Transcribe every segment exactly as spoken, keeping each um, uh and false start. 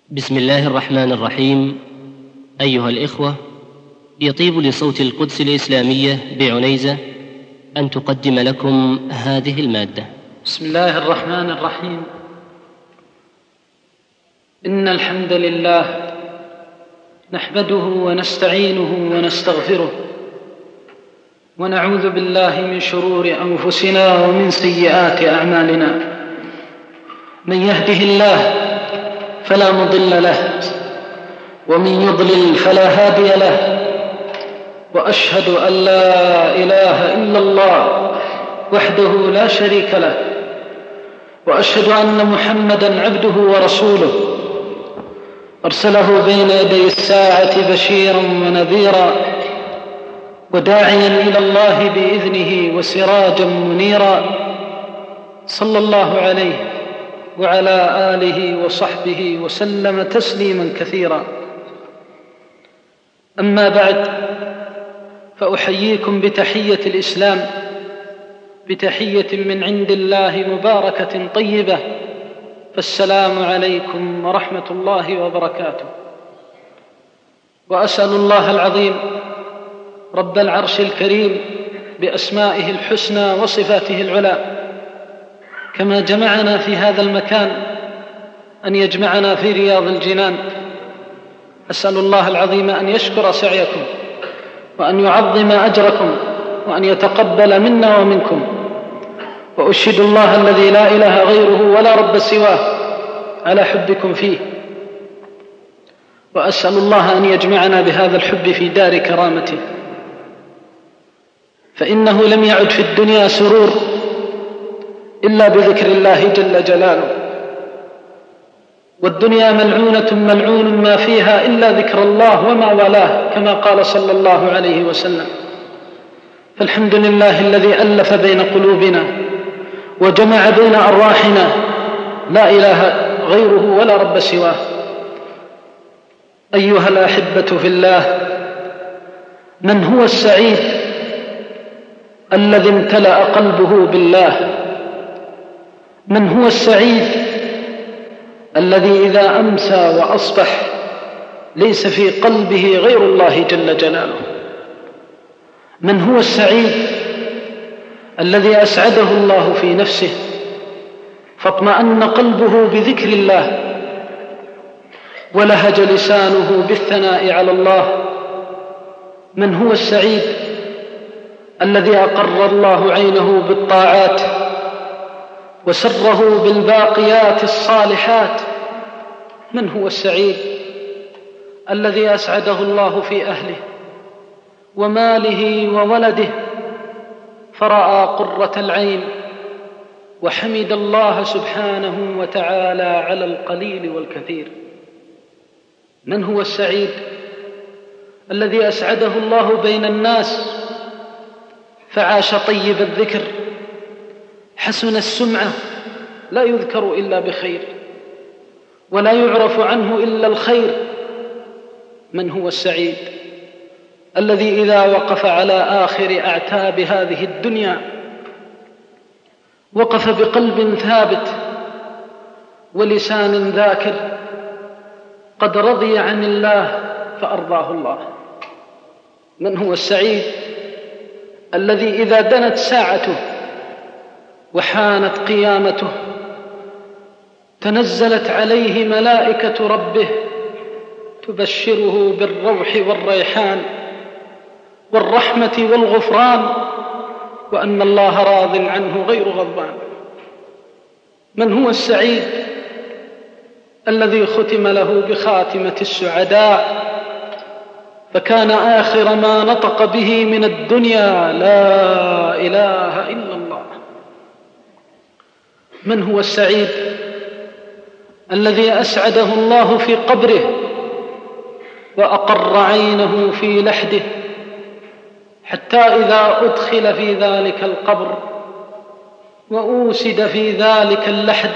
بسم الله الرحمن الرحيم. أيها الإخوة، يطيب لصوت القدس الإسلامية بعنيزة أن تقدم لكم هذه المادة. بسم الله الرحمن الرحيم. إن الحمد لله نحمده ونستعينه ونستغفره، ونعوذ بالله من شرور أنفسنا ومن سيئات أعمالنا. من يهده الله فلا مضل له، ومن يضلل فلا هادي له، وأشهد أن لا إله إلا الله وحده لا شريك له، وأشهد أن محمدًا عبده ورسوله أرسله بين يدي الساعة بشيرًا ونذيرًا، وداعيًا إلى الله بإذنه وسراجًا منيرًا، صلى الله عليه وعلى آله وصحبه وسلم تسليماً كثيراً. أما بعد، فأحييكم بتحية الإسلام، بتحية من عند الله مباركة طيبة، فالسلام عليكم ورحمة الله وبركاته. وأسأل الله العظيم رب العرش الكريم بأسمائه الحسنى وصفاته العلى، كما جمعنا في هذا المكان، أن يجمعنا في رياض الجنان. أسأل الله العظيم أن يشكر سعيكم، وأن يعظم أجركم، وأن يتقبل منا ومنكم. وأشهد الله الذي لا إله غيره ولا رب سواه على حبكم فيه، وأسأل الله أن يجمعنا بهذا الحب في دار كرامته، فإنه لم يعد في الدنيا سرور إلا بذكر الله جل جلاله، والدنيا ملعونة ملعون ما فيها إلا ذكر الله وما والاه، كما قال صلى الله عليه وسلم. فالحمد لله الذي ألف بين قلوبنا وجمع بين أرواحنا، لا إله غيره ولا رب سواه. أيها الأحبة في الله، من هو السعيد الذي امتلأ قلبه بالله؟ من هو السعيد الذي إذا أمسى وأصبح ليس في قلبه غير الله جل جلاله؟ من هو السعيد الذي أسعده الله في نفسه فاطمأن قلبه بذكر الله، ولهج لسانه بالثناء على الله؟ من هو السعيد الذي أقر الله عينه بالطاعات وسره بالباقيات الصالحات؟ من هو السعيد الذي أسعده الله في أهله وماله وولده فرأى قرة العين وحمد الله سبحانه وتعالى على القليل والكثير؟ من هو السعيد الذي أسعده الله بين الناس فعاش طيب الذكر، حسن السمعة، لا يذكر إلا بخير ولا يعرف عنه إلا الخير؟ من هو السعيد الذي إذا وقف على آخر أعتاب هذه الدنيا وقف بقلب ثابت ولسان ذاكر، قد رضي عن الله فأرضاه الله؟ من هو السعيد الذي إذا دنت ساعته وحانت قيامته تنزلت عليه ملائكة ربه تبشره بالروح والريحان والرحمة والغفران، وأن الله راض عنه غير غضبان؟ من هو السعيد الذي ختم له بخاتمة السعداء فكان آخر ما نطق به من الدنيا لا إله إلا الله؟ من هو السعيد الذي أسعده الله في قبره وأقر عينه في لحده، حتى إذا أدخل في ذلك القبر وأوسد في ذلك اللحد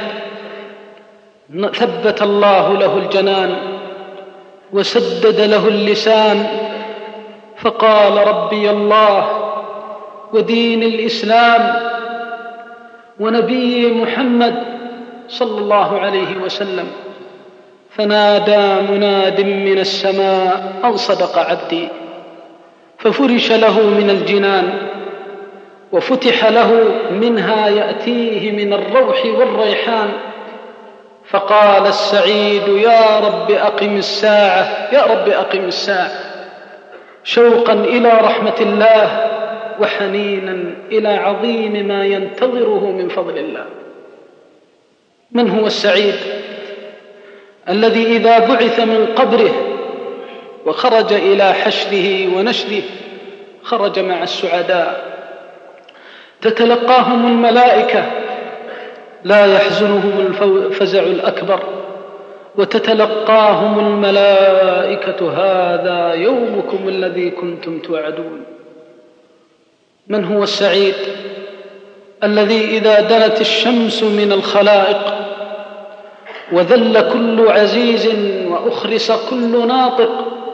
ثبت الله له الجنان وسدد له اللسان فقال: ربي الله ودين الإسلام ونبي محمد صلى الله عليه وسلم، فنادى مناد من السماء أن صدق عبدي، ففرش له من الجنان وفتح له منها يأتيه من الروح والريحان. فقال السعيد: يا رب أقم الساعة، يا رب أقم الساعة، شوقا إلى رحمة الله وحنينا إلى عظيم ما ينتظره من فضل الله. من هو السعيد؟ الذي إذا بعث من قبره وخرج إلى حشره ونشره خرج مع السعداء، تتلقاهم الملائكة لا يحزنهم الفزع الأكبر، وتتلقاهم الملائكة: هذا يومكم الذي كنتم توعدون. من هو السعيد؟ الذي إذا دنت الشمس من الخلائق وذل كل عزيز وأخرس كل ناطق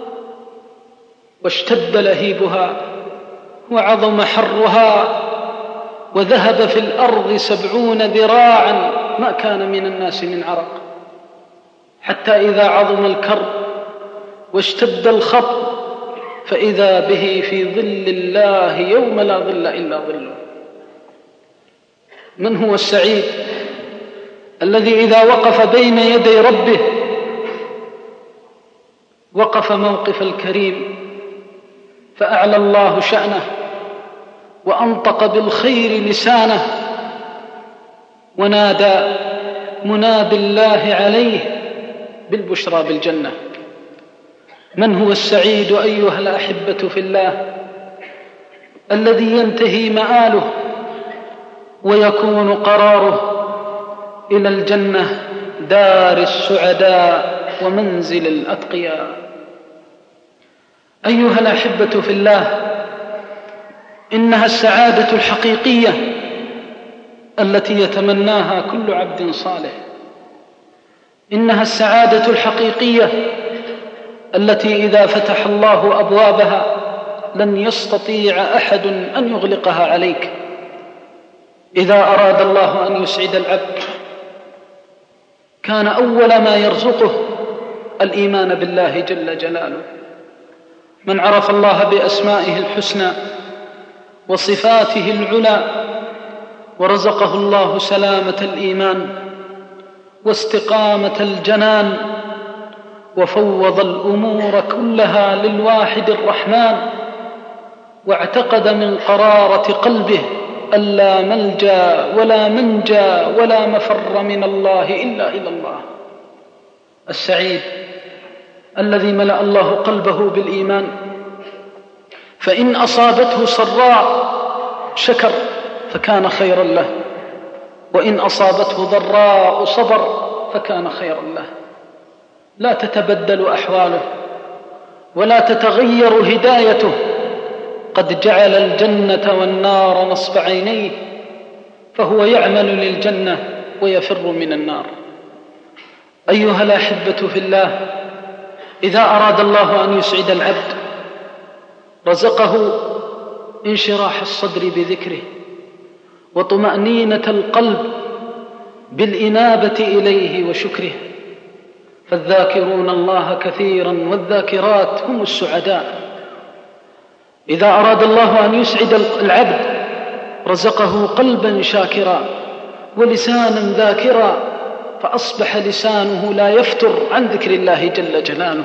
واشتد لهيبها وعظم حرها وذهب في الأرض سبعون ذراعا ما كان من الناس من عرق، حتى إذا عظم الكرب واشتد الخط فإذا به في ظل الله يوم لا ظل إلا ظله. من هو السعيد؟ الذي إذا وقف بين يدي ربه وقف موقف الكريم فأعلى الله شأنه وأنطق بالخير لسانه ونادى منادي الله عليه بالبشرى بالجنة. من هو السعيد أيها الأحبة في الله؟ الذي ينتهي مآله ويكون قراره إلى الجنة، دار السعداء ومنزل الأتقياء. أيها الأحبة في الله، إنها السعادة الحقيقية التي يتمناها كل عبد صالح. إنها السعادة الحقيقية التي إذا فتح الله أبوابها لن يستطيع أحد أن يغلقها عليك. إذا أراد الله أن يسعد العبد كان أول ما يرزقه الإيمان بالله جل جلاله. من عرف الله بأسمائه الحسنى وصفاته العلى ورزقه الله سلامة الإيمان واستقامة الجنان وفوض الأمور كلها للواحد الرحمن، واعتقد من قرارة قلبه ألا ملجأ ولا منجى ولا مفر من الله إلا إلى الله. السعيد الذي ملأ الله قلبه بالإيمان، فإن أصابته سراء شكر فكان خيرا له، وإن أصابته ضراء صبر فكان خيرا له. لا تتبدل أحواله ولا تتغير هدايته، قد جعل الجنة والنار نصب عينيه، فهو يعمل للجنة ويفر من النار. أيها الأحبة في الله، إذا أراد الله أن يسعد العبد رزقه انشراح الصدر بذكره وطمأنينة القلب بالإنابة إليه وشكره، فالذاكرون الله كثيرا والذاكرات هم السعداء. إذا أراد الله أن يسعد العبد رزقه قلبا شاكرا ولسانا ذاكرا، فأصبح لسانه لا يفتر عن ذكر الله جل جلاله،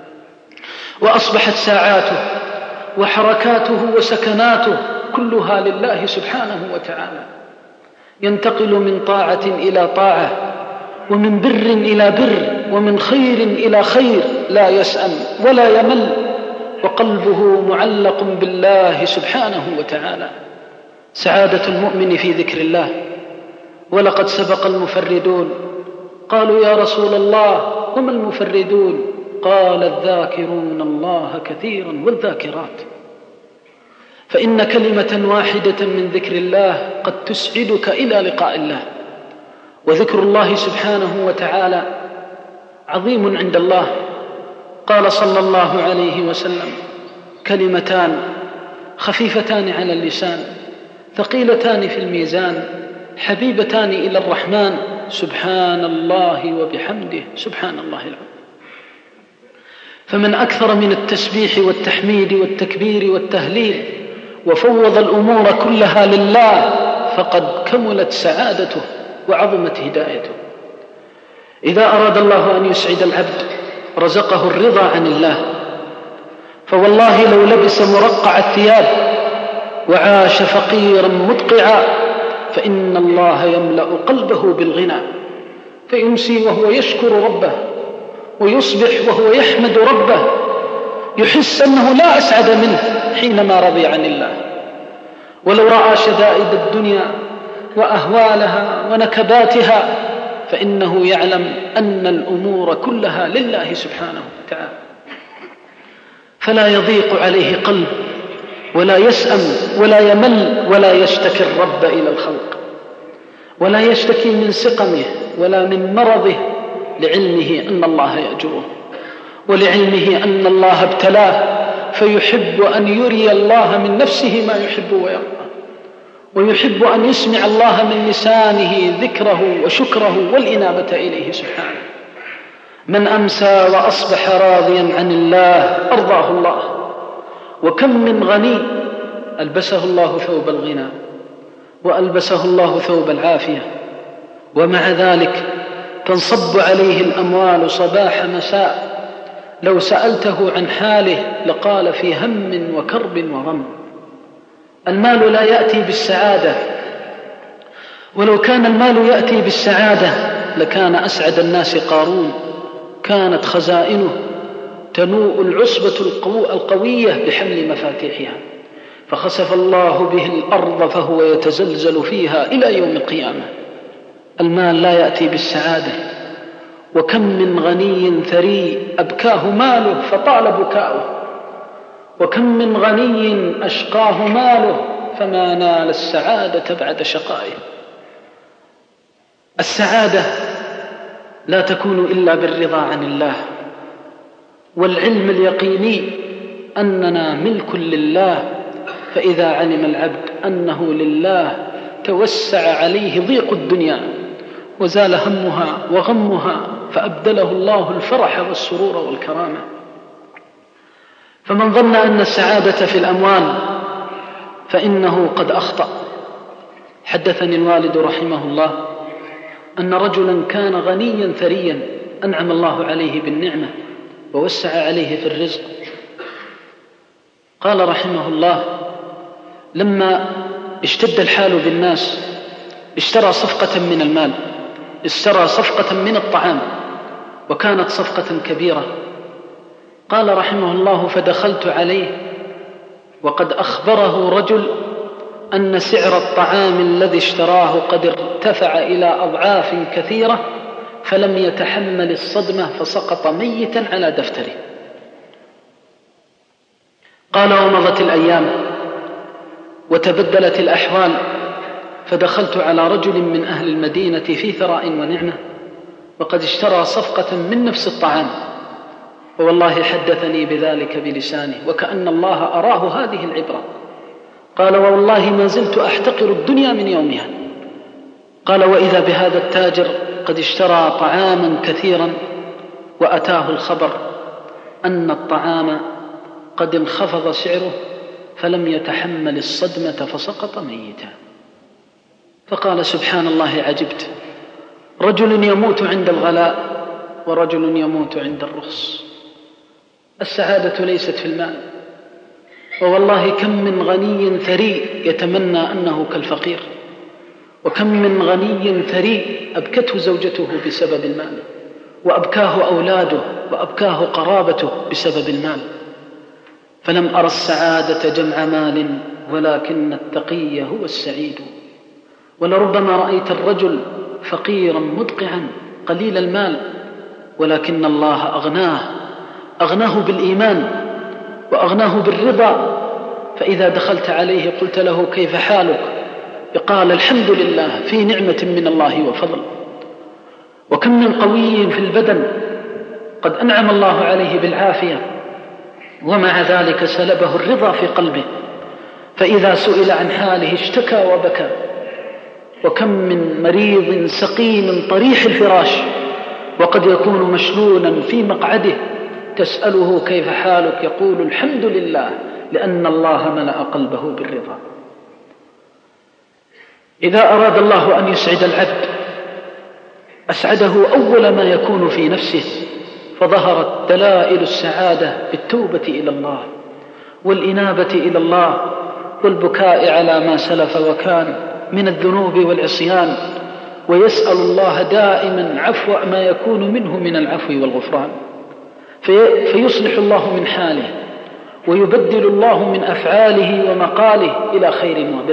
وأصبحت ساعاته وحركاته وسكناته كلها لله سبحانه وتعالى، ينتقل من طاعة إلى طاعة ومن بر إلى بر ومن خير إلى خير، لا يسأم ولا يمل، وقلبه معلق بالله سبحانه وتعالى. سعادة المؤمن في ذكر الله. ولقد سبق المفردون، قالوا يا رسول الله وما المفردون؟ قال الذاكرون الله كثيرا والذاكرات. فإن كلمة واحدة من ذكر الله قد تسعدك إلى لقاء الله. وذكر الله سبحانه وتعالى عظيم عند الله. قال صلى الله عليه وسلم: كلمتان خفيفتان على اللسان ثقيلتان في الميزان حبيبتان إلى الرحمن سبحان الله وبحمده سبحان الله العظيم. فمن أكثر من التسبيح والتحميد والتكبير والتهليل وفوض الأمور كلها لله فقد كملت سعادته وعظمت هدايته. إذا أراد الله أن يسعد العبد رزقه الرضا عن الله، فوالله لو لبس مرقع الثياب وعاش فقيرا مدقعا فإن الله يملأ قلبه بالغنى، فيمسي وهو يشكر ربه ويصبح وهو يحمد ربه، يحس أنه لا أسعد منه حينما رضي عن الله. ولو رأى شدائد الدنيا وأهوالها ونكباتها فإنه يعلم أن الأمور كلها لله سبحانه وتعالى، فلا يضيق عليه قلب ولا يسأم ولا يمل ولا يشتكي الرب إلى الخلق، ولا يشتكي من سقمه ولا من مرضه، لعلمه أن الله يأجره، ولعلمه أن الله ابتلاه فيحب أن يري الله من نفسه ما يحب ويرضى، ويحب أن يسمع الله من لسانه ذكره وشكره والإنابة إليه سبحانه. من أمسى وأصبح راضيا عن الله أرضاه الله، وكم من غني ألبسه الله ثوب الغنى وألبسه الله ثوب العافية، ومع ذلك تنصب عليه الأموال صباح مساء، لو سألته عن حاله لقال في هم وكرب وغم. المال لا يأتي بالسعادة، ولو كان المال يأتي بالسعادة لكان أسعد الناس قارون، كانت خزائنه تنوء العصبة القوية بحمل مفاتيحها، فخسف الله به الأرض فهو يتزلزل فيها إلى يوم القيامة. المال لا يأتي بالسعادة، وكم من غني ثري أبكاه ماله فطال بكاؤه، وكم من غني أشقاه ماله فما نال السعادة بعد شقائه. السعادة لا تكون إلا بالرضا عن الله، والعلم اليقيني أننا ملك لله، فإذا علم العبد أنه لله توسع عليه ضيق الدنيا وزال همها وغمها، فأبدله الله الفرح والسرور والكرامة. فمن ظن أن السعادة في الأموال فإنه قد أخطأ. حدثني الوالد رحمه الله أن رجلا كان غنيا ثريا أنعم الله عليه بالنعمة ووسع عليه في الرزق. قال رحمه الله لما اشتد الحال بالناس اشترى صفقة من المال، اشترى صفقة من الطعام، وكانت صفقة كبيرة. قال رحمه الله فدخلت عليه وقد أخبره رجل أن سعر الطعام الذي اشتراه قد ارتفع إلى أضعاف كثيرة، فلم يتحمل الصدمة فسقط ميتا على دفتره. قال ومضت الأيام وتبدلت الأحوال، فدخلت على رجل من أهل المدينة في ثراء ونعمة وقد اشترى صفقة من نفس الطعام، والله حدثني بذلك بلسانه وكأن الله أراه هذه العبرة. قال والله ما زلت أحتقر الدنيا من يومها. قال وإذا بهذا التاجر قد اشترى طعاما كثيرا وأتاه الخبر أن الطعام قد انخفض سعره فلم يتحمل الصدمة فسقط ميتا. فقال سبحان الله عجبت، رجل يموت عند الغلاء ورجل يموت عند الرخص. السعادة ليست في المال، ووالله كم من غني ثري يتمنى أنه كالفقير، وكم من غني ثري أبكته زوجته بسبب المال، وأبكاه أولاده، وأبكاه قرابته بسبب المال. فلم أرى السعادة جمع مال ولكن التقي هو السعيد. ولربما رأيت الرجل فقيرا مدقعا قليل المال ولكن الله أغناه أغناه بالإيمان وأغناه بالرضا، فإذا دخلت عليه قلت له كيف حالك؟ قال الحمد لله في نعمة من الله وفضل. وكم من قوي في البدن قد أنعم الله عليه بالعافية ومع ذلك سلبه الرضا في قلبه، فإذا سئل عن حاله اشتكى وبكى. وكم من مريض سقيم طريح الفراش وقد يكون مشلولا في مقعده، تسأله كيف حالك يقول الحمد لله، لأن الله ملأ قلبه بالرضا. إذا أراد الله أن يسعد العبد أسعده أول ما يكون في نفسه، فظهرت دلائل السعادة بالتوبة إلى الله والإنابة إلى الله والبكاء على ما سلف وكان من الذنوب والعصيان، ويسأل الله دائما عفو ما يكون منه من العفو والغفران، في فيصلح الله من حاله ويبدل الله من أفعاله ومقاله إلى خير وبر.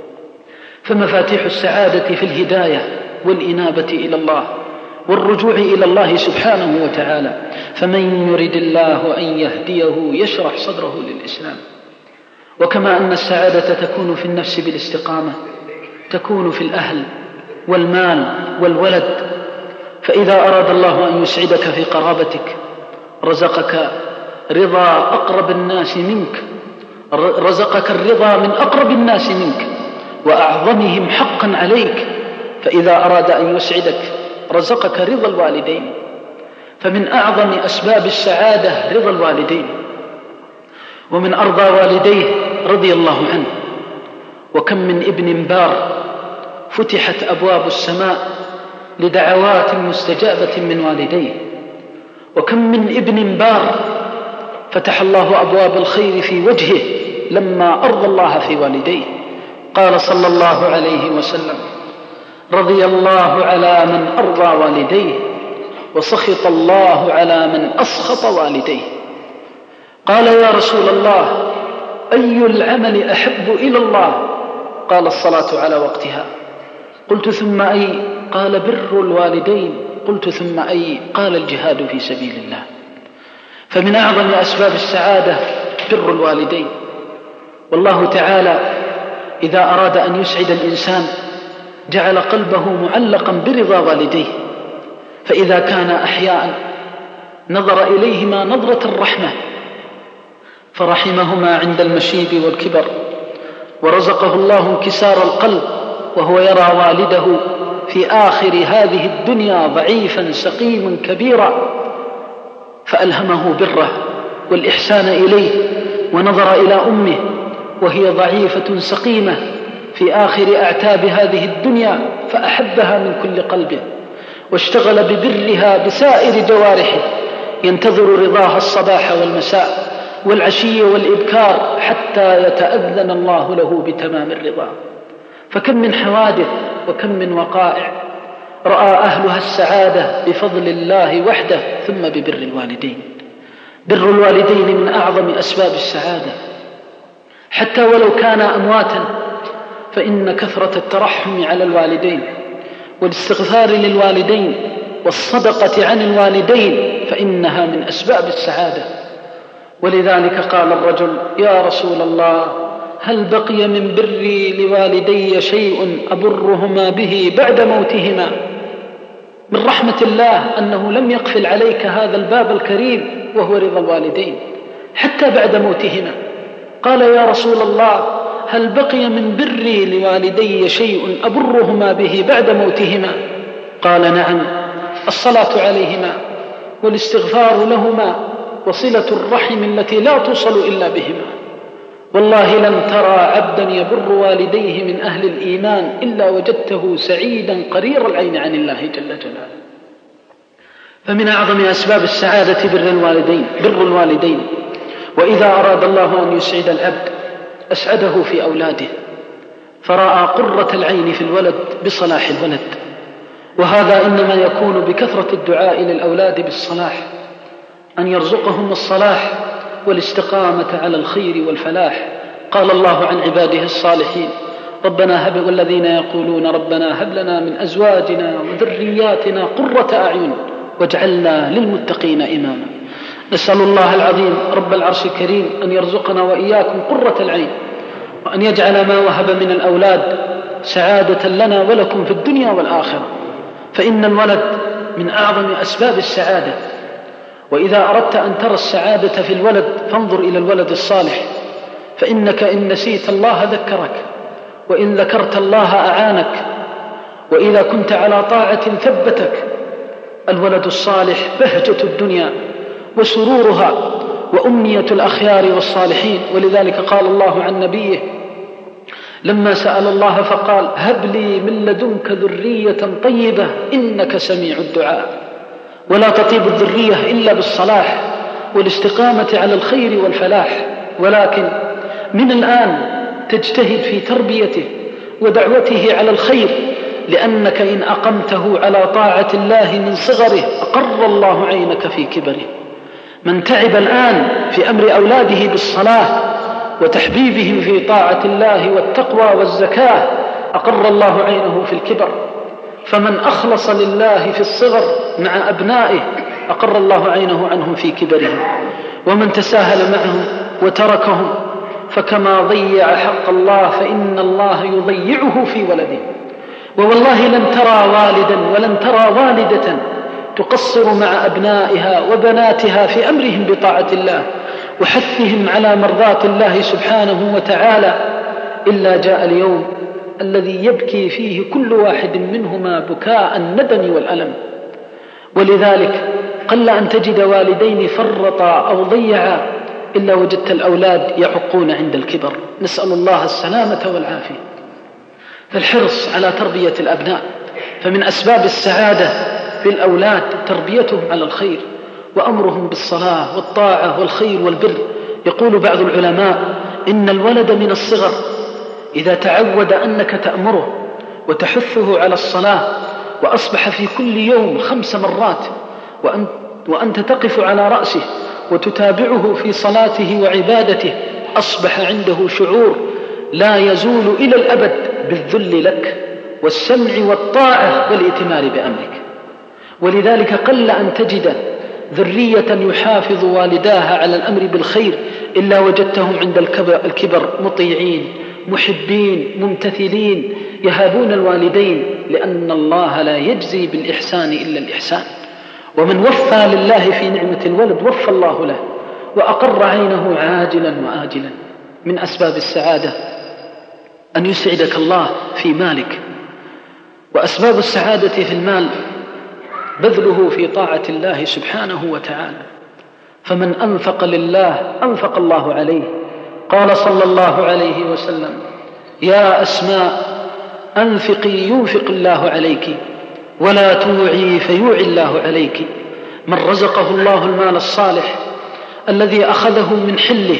فمفاتيح السعادة في الهداية والإنابة إلى الله والرجوع إلى الله سبحانه وتعالى. فمن يرد الله أن يهديه يشرح صدره للإسلام. وكما أن السعادة تكون في النفس بالاستقامة تكون في الأهل والمال والولد. فإذا أراد الله أن يسعدك في قرابتك رزقك رضا أقرب الناس منك، رزقك الرضا من أقرب الناس منك وأعظمهم حقا عليك. فإذا أراد أن يسعدك رزقك رضا الوالدين، فمن أعظم أسباب السعادة رضا الوالدين. ومن أرضى والديه رضي الله عنه. وكم من ابن بار فتحت أبواب السماء لدعوات مستجابة من والديه، وكم من ابن بار فتح الله أبواب الخير في وجهه لما أرضى الله في والديه. قال صلى الله عليه وسلم: رضي الله على من أرضى والديه وسخط الله على من أسخط والديه. قال: يا رسول الله، أي العمل أحب إلى الله؟ قال: الصلاة على وقتها. قلت: ثم أي؟ قال: بر الوالدين. قلت: ثم أي؟ قال: الجهاد في سبيل الله. فمن أعظم أسباب السعادة بر الوالدين. والله تعالى إذا أراد أن يسعد الإنسان جعل قلبه معلقا برضا والديه، فإذا كان أحياء نظر إليهما نظرة الرحمة فرحمهما عند المشيب والكبر، ورزقه الله انكسار القلب وهو يرى والده في آخر هذه الدنيا ضعيفا سقيما كبيرا، فألهمه بره والإحسان إليه، ونظر إلى أمه وهي ضعيفة سقيمة في آخر أعتاب هذه الدنيا فأحبها من كل قلبه، واشتغل ببرها بسائر جوارحه، ينتظر رضاها الصباح والمساء والعشي والإبكار حتى يتأذن الله له بتمام الرضا. فكم من حوادث وكم من وقائع رأى أهلها السعادة بفضل الله وحده ثم ببر الوالدين. بر الوالدين من أعظم أسباب السعادة، حتى ولو كان أمواتا، فإن كثرة الترحم على الوالدين والاستغفار للوالدين والصدقة عن الوالدين فإنها من أسباب السعادة. ولذلك قال الرجل: يا رسول الله، هل بقي من بري لوالدي شيء أبرهما به بعد موتهما؟ من رحمة الله أنه لم يقفل عليك هذا الباب الكريم وهو رضا الوالدين حتى بعد موتهما. قال: يا رسول الله، هل بقي من بري لوالدي شيء أبرهما به بعد موتهما؟ قال: نعم، الصلاة عليهما والاستغفار لهما وصلة الرحم التي لا توصل إلا بهما. والله لن ترى عبدا يبر والديه من أهل الإيمان إلا وجدته سعيدا قرير العين عن الله جل جلاله. فمن أعظم أسباب السعادة بر الوالدين بر الوالدين. وإذا أراد الله أن يسعد العبد أسعده في أولاده، فرأى قرة العين في الولد بصلاح الولد، وهذا إنما يكون بكثرة الدعاء للأولاد بالصلاح، أن يرزقهم الصلاح والاستقامة على الخير والفلاح. قال الله عن عباده الصالحين: ربنا هب والذين يقولون ربنا هب لنا من أزواجنا وذرياتنا قرة أعين واجعلنا للمتقين إماما. نسأل الله العظيم رب العرش الكريم أن يرزقنا وإياكم قرة العين، وأن يجعل ما وهب من الأولاد سعادة لنا ولكم في الدنيا والآخرة، فإن الولد من أعظم أسباب السعادة. وإذا أردت أن ترى السعادة في الولد فانظر إلى الولد الصالح، فإنك إن نسيت الله ذكرك، وإن ذكرت الله أعانك، وإذا كنت على طاعة ثبتك. الولد الصالح بهجة الدنيا وسرورها وأمنية الأخيار والصالحين. ولذلك قال الله عن نبيه لما سأل الله فقال هب لي من لدنك ذرية طيبة إنك سميع الدعاء. ولا تطيب الذرية إلا بالصلاح والاستقامة على الخير والفلاح، ولكن من الآن تجتهد في تربيته ودعوته على الخير، لأنك إن أقمته على طاعة الله من صغره أقر الله عينك في كبره. من تعب الآن في أمر أولاده بالصلاة وتحبيبهم في طاعة الله والتقوى والزكاة أقر الله عينه في الكبر. فمن أخلص لله في الصغر مع أبنائه أقر الله عينه عنهم في كبرهم. ومن تساهل معهم وتركهم فكما ضيع حق الله فإن الله يضيعه في ولده. ووالله لن ترى والدا ولن ترى والدة تقصر مع أبنائها وبناتها في أمرهم بطاعة الله وحثهم على مرضاة الله سبحانه وتعالى إلا جاء اليوم الذي يبكي فيه كل واحد منهما بكاء الندم والألم. ولذلك قل أن تجد والدين فرطا أو ضيعا إلا وجدت الأولاد يعقون عند الكبر. نسأل الله السلامة والعافية. فالحرص على تربية الأبناء، فمن أسباب السعادة في الأولاد تربيتهم على الخير وأمرهم بالصلاة والطاعة والخير والبر. يقول بعض العلماء إن الولد من الصغر إذا تعود أنك تأمره وتحثه على الصلاة وأصبح في كل يوم خمس مرات وأنت تقف على رأسه وتتابعه في صلاته وعبادته أصبح عنده شعور لا يزول إلى الأبد بالذل لك والسمع والطاعة والائتمار بأمرك. ولذلك قل أن تجد ذرية يحافظ والداها على الأمر بالخير إلا وجدتهم عند الكبر مطيعين محبين ممتثلين يهابون الوالدين، لأن الله لا يجزي بالإحسان إلا الإحسان. ومن وفى لله في نعمة الولد وفى الله له وأقر عينه عاجلا وآجلا. من أسباب السعادة أن يسعدك الله في مالك، وأسباب السعادة في المال بذله في طاعة الله سبحانه وتعالى. فمن أنفق لله أنفق الله عليه. قال صلى الله عليه وسلم يا أسماء أنفقي ينفق الله عليك ولا توعي فيوعي الله عليك. من رزقه الله المال الصالح الذي أخذه من حله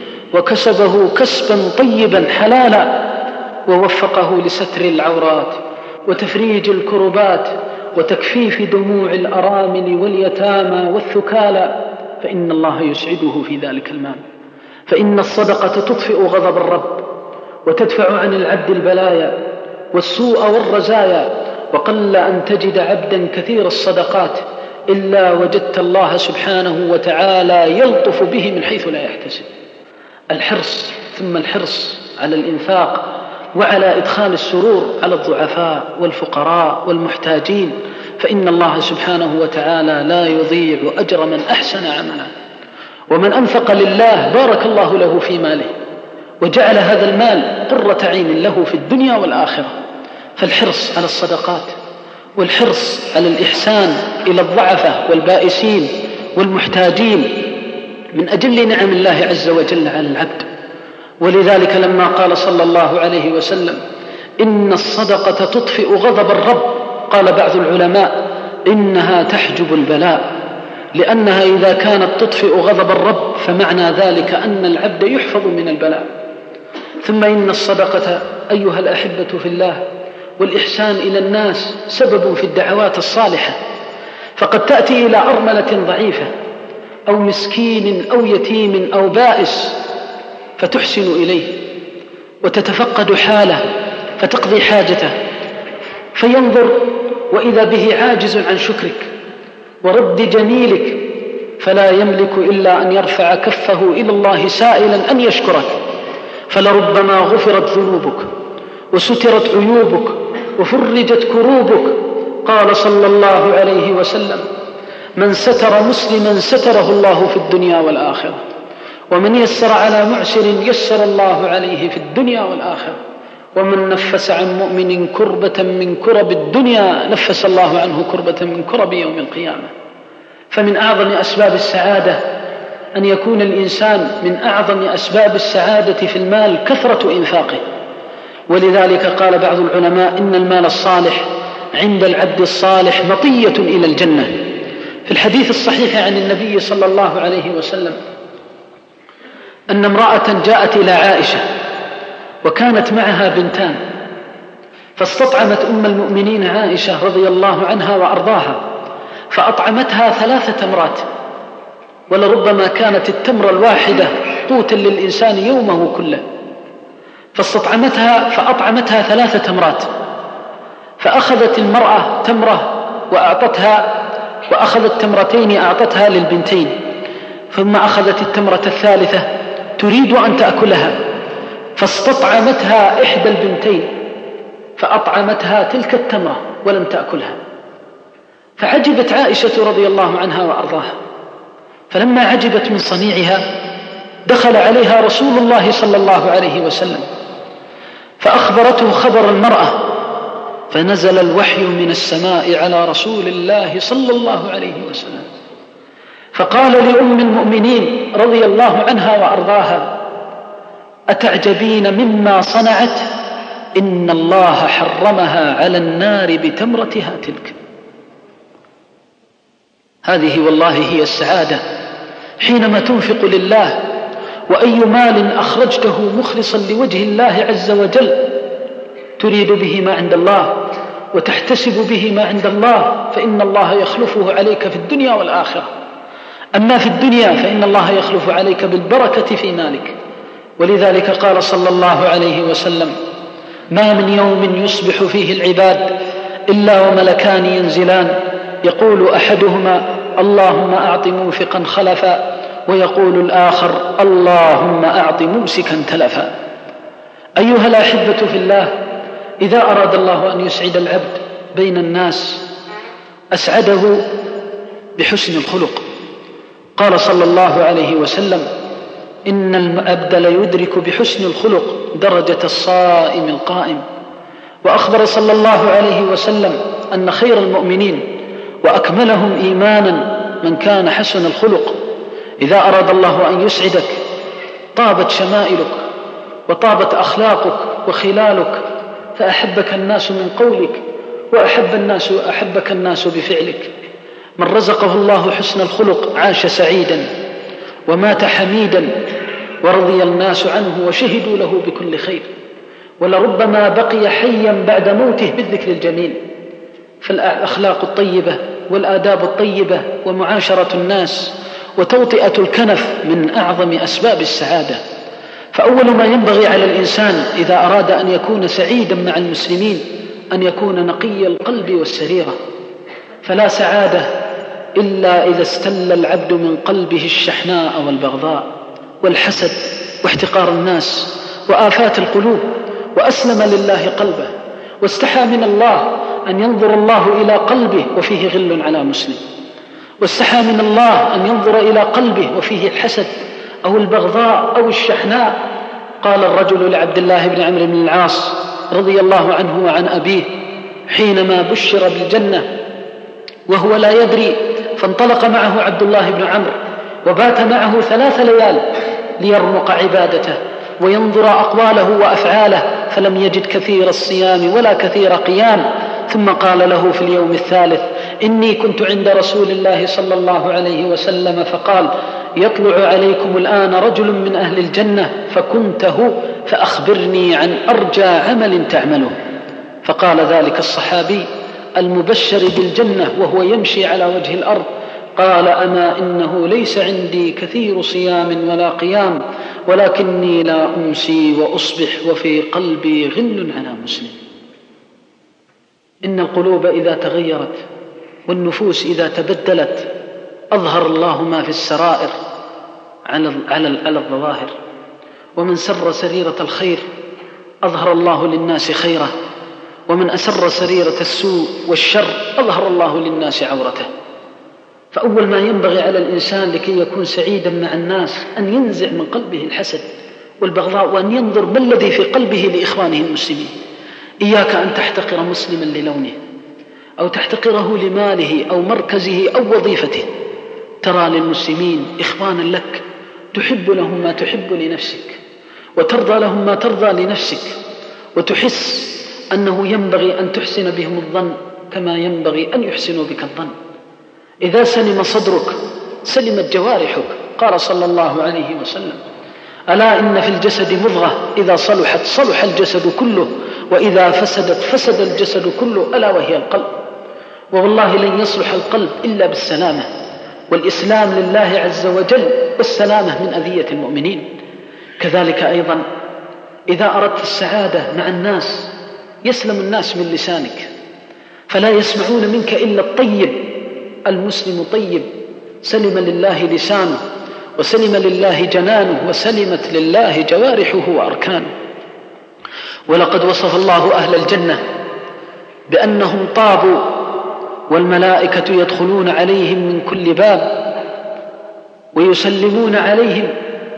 وكسبه كسبا طيبا حلالا ووفقه لستر العورات وتفريج الكربات وتكفيف دموع الأرامل واليتامى والثكالى فإن الله يسعده في ذلك المال. فإن الصدقة تطفئ غضب الرب وتدفع عن العبد البلايا والسوء والرزايا. وقل أن تجد عبدا كثير الصدقات إلا وجدت الله سبحانه وتعالى يلطف به من حيث لا يحتسب. الحرص ثم الحرص على الإنفاق وعلى إدخال السرور على الضعفاء والفقراء والمحتاجين، فإن الله سبحانه وتعالى لا يضيع أجر من أحسن عملا. ومن أنفق لله بارك الله له في ماله وجعل هذا المال قرة عين له في الدنيا والآخرة. فالحرص على الصدقات والحرص على الإحسان إلى الضعفاء والبائسين والمحتاجين من أجل نعم الله عز وجل على العبد. ولذلك لما قال صلى الله عليه وسلم إن الصدقة تطفئ غضب الرب، قال بعض العلماء إنها تحجب البلاء، لأنها إذا كانت تطفئ غضب الرب فمعنى ذلك أن العبد يحفظ من البلاء. ثم إن الصدقة أيها الأحبة في الله والإحسان إلى الناس سبب في الدعوات الصالحة. فقد تأتي إلى أرملة ضعيفة أو مسكين أو يتيم أو بائس فتحسن إليه وتتفقد حاله فتقضي حاجته، فينظر وإذا به عاجز عن شكرك ورد جميلك، فلا يملك إلا أن يرفع كفه إلى الله سائلا أن يشكرك، فلربما غفرت ذنوبك وسترت عيوبك وفرجت كروبك. قال صلى الله عليه وسلم من ستر مسلما ستره الله في الدنيا والآخرة، ومن يسر على معسر يسر الله عليه في الدنيا والآخرة. ومن نفس عن مؤمن كربة من كرب الدنيا نفس الله عنه كربة من كرب يوم القيامة. فمن أعظم أسباب السعادة أن يكون الإنسان من أعظم أسباب السعادة في المال كثرة إنفاقه. ولذلك قال بعض العلماء إن المال الصالح عند العبد الصالح مطية إلى الجنة. في الحديث الصحيح عن النبي صلى الله عليه وسلم أن امرأة جاءت إلى عائشة وكانت معها بنتان، فاستطعمت أم المؤمنين عائشة رضي الله عنها وأرضاها فأطعمتها ثلاث تمرات، ولربما كانت التمرة الواحدة قوتا للإنسان يومه كله، فاستطعمتها فأطعمتها ثلاث تمرات، فأخذت المرأة تمرة وأعطتها وأخذت تمرتين أعطتها للبنتين، ثم أخذت التمرة الثالثة تريد أن تأكلها فاستطعمتها إحدى البنتين فأطعمتها تلك التمرة ولم تأكلها، فعجبت عائشة رضي الله عنها وأرضاها. فلما عجبت من صنيعها دخل عليها رسول الله صلى الله عليه وسلم فأخبرته خبر المرأة، فنزل الوحي من السماء على رسول الله صلى الله عليه وسلم فقال لأم المؤمنين رضي الله عنها وأرضاها: أتعجبين مما صنعت؟ إن الله حرمها على النار بتمرتها تلك. هذه والله هي السعادة، حينما تنفق لله، وأي مال أخرجته مخلصا لوجه الله عز وجل تريد به ما عند الله وتحتسب به ما عند الله، فإن الله يخلفه عليك في الدنيا والآخرة. أما في الدنيا فإن الله يخلف عليك بالبركة في مالك. ولذلك قال صلى الله عليه وسلم: ما من يوم يصبح فيه العباد إلا وملكان ينزلان، يقول أحدهما: اللهم أعط منفقا خلفا، ويقول الآخر: اللهم أعط ممسكا تلفا. أيها الأحبة في الله، إذا أراد الله أن يسعد العبد بين الناس أسعده بحسن الخلق. قال صلى الله عليه وسلم: إن العبد ليدرك بحسن الخلق درجة الصائم القائم. وأخبر صلى الله عليه وسلم أن خير المؤمنين وأكملهم إيمانا من كان حسن الخلق. إذا أراد الله أن يسعدك طابت شمائلك وطابت أخلاقك وخلالك، فأحبك الناس من قولك وأحب الناس أحبك الناس بفعلك. من رزقه الله حسن الخلق عاش سعيدا ومات حميدا، ورضي الناس عنه وشهدوا له بكل خير، ولربما بقي حيا بعد موته بالذكر الجميل. فالأخلاق الطيبة والآداب الطيبة ومعاشرة الناس وتوطئة الكنف من أعظم أسباب السعادة. فأول ما ينبغي على الإنسان إذا أراد أن يكون سعيدا مع المسلمين أن يكون نقي القلب والسريرة. فلا سعادة إلا إذا استل العبد من قلبه الشحناء والبغضاء والحسد واحتقار الناس وآفات القلوب، وأسلم لله قلبه واستحى من الله أن ينظر الله إلى قلبه وفيه غل على مسلم، واستحى من الله أن ينظر إلى قلبه وفيه الحسد أو البغضاء أو الشحناء. قال الرجل لعبد الله بن عمرو بن العاص رضي الله عنه وعن أبيه حينما بشر بالجنة وهو لا يدري، فانطلق معه عبد الله بن عمرو وبات معه ثلاث ليال ليرمق عبادته وينظر أقواله وأفعاله، فلم يجد كثير الصيام ولا كثير قيام. ثم قال له في اليوم الثالث: إني كنت عند رسول الله صلى الله عليه وسلم فقال: يطلع عليكم الآن رجل من أهل الجنة فكنته، فأخبرني عن أرجى عمل تعمله. فقال ذلك الصحابي المبشر بالجنة وهو يمشي على وجه الأرض: قال: أما إنه ليس عندي كثير صيام ولا قيام، ولكني لا أمسي وأصبح وفي قلبي غل على مسلم. إن القلوب إذا تغيرت والنفوس إذا تبدلت أظهر الله ما في السرائر على على الظواهر، ومن سر سريرة الخير أظهر الله للناس خيره، ومن أسر سريرة السوء والشر أظهر الله للناس عورته. فأول ما ينبغي على الإنسان لكي يكون سعيدا مع الناس أن ينزع من قلبه الحسد والبغضاء، وأن ينظر ما الذي في قلبه لإخوانه المسلمين. إياك أن تحتقر مسلما للونه أو تحتقره لماله أو مركزه أو وظيفته. ترى للمسلمين إخوانا لك، تحب لهم ما تحب لنفسك، وترضى لهم ما ترضى لنفسك، وتحس أنه ينبغي أن تحسن بهم الظن كما ينبغي أن يحسنوا بك الظن. إذا سلم صدرك سلمت جوارحك. قال صلى الله عليه وسلم: ألا إن في الجسد مضغة إذا صلحت صلح الجسد كله، وإذا فسدت فسد الجسد كله، ألا وهي القلب. والله لن يصلح القلب إلا بالسلامة، والإسلام لله عز وجل، والسلامة من أذية المؤمنين. كذلك أيضا إذا أردت السعادة مع الناس يسلم الناس من لسانك، فلا يسمعون منك إلا الطيب. المسلم طيب، سلم لله لسانه، وسلم لله جنانه، وسلمت لله جوارحه وأركانه. ولقد وصف الله أهل الجنة بأنهم طابوا، والملائكة يدخلون عليهم من كل باب ويسلمون عليهم،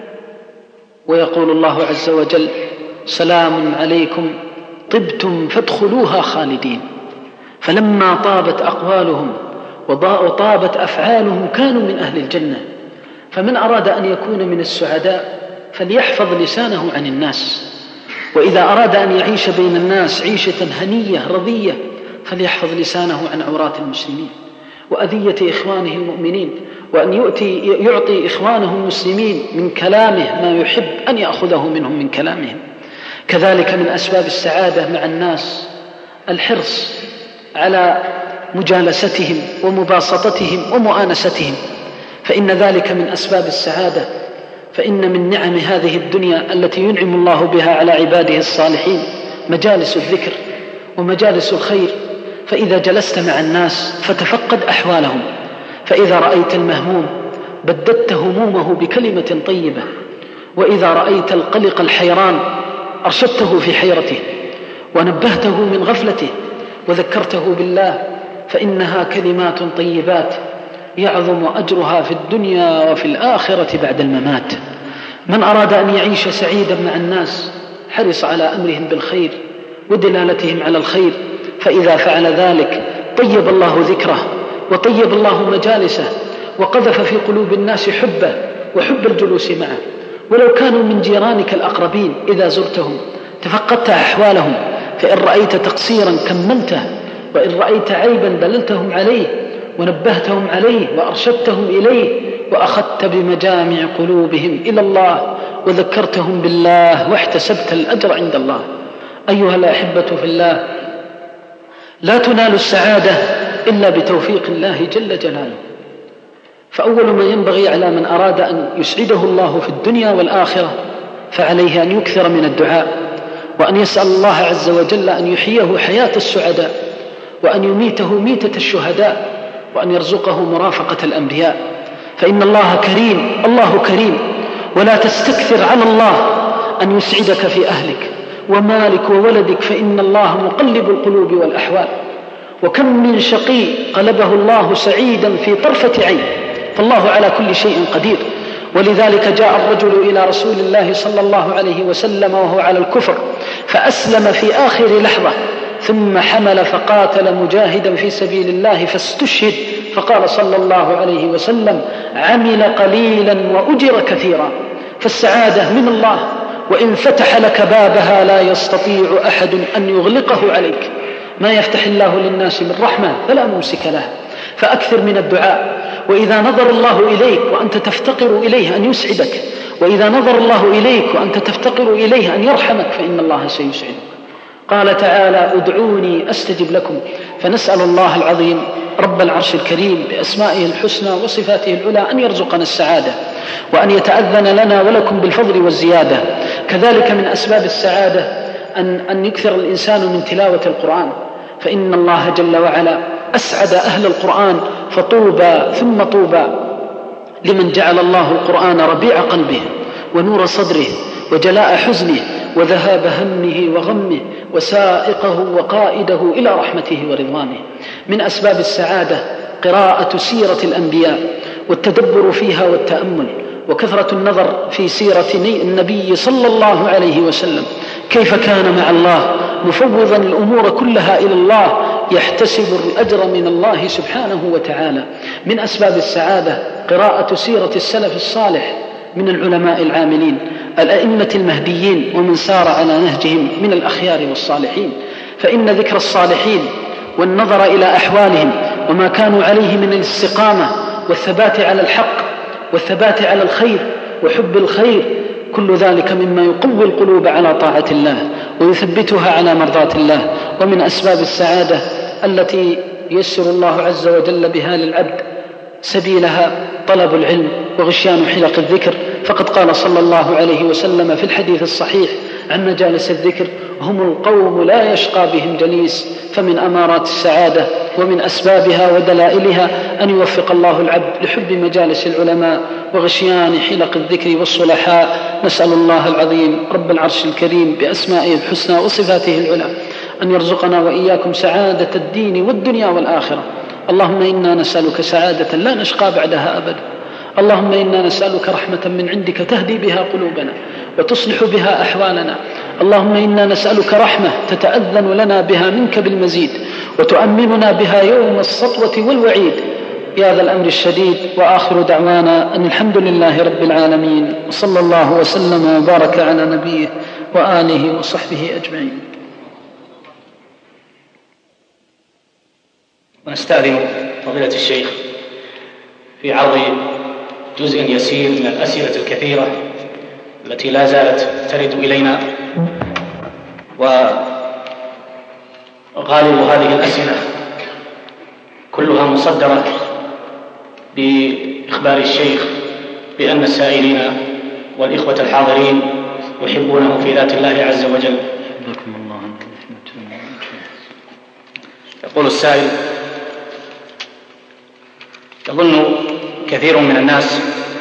ويقول الله عز وجل: سلام عليكم طبتم فادخلوها خالدين. فلما طابت أقوالهم وطابت أفعالهم كانوا من أهل الجنة. فمن أراد أن يكون من السعداء فليحفظ لسانه عن الناس، وإذا أراد أن يعيش بين الناس عيشة هنية رضية فليحفظ لسانه عن عورات المسلمين وأذية إخوانه المؤمنين، وأن يؤتي يعطي إخوانه المسلمين من كلامه ما يحب أن يأخذه منهم من كلامهم. كذلك من أسباب السعادة مع الناس الحرص على مجالستهم ومباسطتهم ومؤانستهم، فإن ذلك من أسباب السعادة. فإن من نعم هذه الدنيا التي ينعم الله بها على عباده الصالحين مجالس الذكر ومجالس الخير. فإذا جلست مع الناس فتفقد أحوالهم، فإذا رأيت المهموم بددت همومه بكلمة طيبة، وإذا رأيت القلق الحيران أرشدته في حيرته ونبهته من غفلته وذكرته بالله، فإنها كلمات طيبات يعظم أجرها في الدنيا وفي الآخرة بعد الممات. من أراد أن يعيش سعيدا مع الناس حرص على أمرهم بالخير ودلالتهم على الخير، فإذا فعل ذلك طيب الله ذكره وطيب الله مجالسه، وقذف في قلوب الناس حبه وحب الجلوس معه. ولو كانوا من جيرانك الأقربين إذا زرتهم تفقدت أحوالهم، فإن رأيت تقصيرا كملته، وإن رأيت عيبا دللتهم عليه ونبهتهم عليه وأرشدتهم إليه، وأخذت بمجامع قلوبهم إلى الله وذكرتهم بالله واحتسبت الأجر عند الله. أيها الأحبة في الله، لا تنال السعادة إلا بتوفيق الله جل جلاله. فأول ما ينبغي على من أراد أن يسعده الله في الدنيا والآخرة فعليه أن يكثر من الدعاء، وأن يسأل الله عز وجل أن يحييه حياة السعداء، وأن يميته ميتة الشهداء، وأن يرزقه مرافقة الأنبياء. فإن الله كريم، الله كريم، ولا تستكثر على الله أن يسعدك في أهلك ومالك وولدك، فإن الله مقلب القلوب والأحوال. وكم من شقي قلبه الله سعيدا في طرفة عين، فالله على كل شيء قدير. ولذلك جاء الرجل إلى رسول الله صلى الله عليه وسلم وهو على الكفر فأسلم في آخر لحظة، ثم حمل فقاتل مجاهدا في سبيل الله فاستشهد، فقال صلى الله عليه وسلم: عمل قليلا وأجر كثيرا. فالسعادة من الله، وإن فتح لك بابها لا يستطيع أحد أن يغلقه عليك. ما يفتح الله للناس من رحمة فلا ممسك لها، فأكثر من الدعاء. وإذا نظر الله إليك وأنت تفتقر إليه أن يسعدك، وإذا نظر الله إليك وأنت تفتقر إليه أن يرحمك، فإن الله سيسعدك. قال تعالى: ادعوني أستجب لكم. فنسأل الله العظيم رب العرش الكريم بأسمائه الحسنى وصفاته العلى أن يرزقنا السعادة، وأن يتأذن لنا ولكم بالفضل والزيادة. كذلك من أسباب السعادة أن, أن يكثر الإنسان من تلاوة القرآن، فإن الله جل وعلا أسعد أهل القرآن، فطوبى ثم طوبى لمن جعل الله القرآن ربيع قلبه ونور صدره وجلاء حزنه وذهاب همه وغمه وسائقه وقائده إلى رحمته ورضوانه. من أسباب السعادة قراءة سيرة الأنبياء والتدبر فيها والتأمل، وكثرة النظر في سيرة النبي صلى الله عليه وسلم كيف كان مع الله مفوضا الأمور كلها إلى الله يحتسب الأجر من الله سبحانه وتعالى. من أسباب السعادة قراءة سيرة السلف الصالح من العلماء العاملين الأئمة المهديين ومن سار على نهجهم من الأخيار والصالحين، فإن ذكر الصالحين والنظر إلى أحوالهم وما كانوا عليه من الاستقامة والثبات على الحق والثبات على الخير وحب الخير كل ذلك مما يقوي القلوب على طاعة الله ويثبتها على مرضاة الله. ومن أسباب السعادة التي ييسر الله عز وجل بها للعبد سبيلها طلب العلم وغشيان حلق الذكر، فقد قال صلى الله عليه وسلم في الحديث الصحيح عن مجالس الذكر: هم القوم لا يشقى بهم جليس. فمن أمارات السعادة ومن أسبابها ودلائلها أن يوفق الله العبد لحب مجالس العلماء وغشيان حلق الذكر والصلحاء. نسأل الله العظيم رب العرش الكريم بأسمائه الحسنى وصفاته العلى أن يرزقنا وإياكم سعادة الدين والدنيا والآخرة. اللهم إنا نسألك سعادة لا نشقى بعدها أبدا. اللهم إنا نسألك رحمة من عندك تهدي بها قلوبنا وتصلح بها أحوالنا. اللهم إنا نسألك رحمة تتأذن لنا بها منك بالمزيد وتؤمننا بها يوم السطوة والوعيد يا ذا الأمر الشديد. وآخر دعوانا أن الحمد لله رب العالمين، وصلى الله وسلم وبارك على نبيه وآله وصحبه أجمعين. ونستأذن فضيلة الشيخ في عرض جزء يسير من الأسئلة الكثيرة التي لا زالت ترد إلينا، وغالب هذه الأسئلة كلها مصدرة بإخبار الشيخ بأن السائلين والإخوة الحاضرين يحبونه في ذات الله عز وجل. يقول السائل: يظن كثير من الناس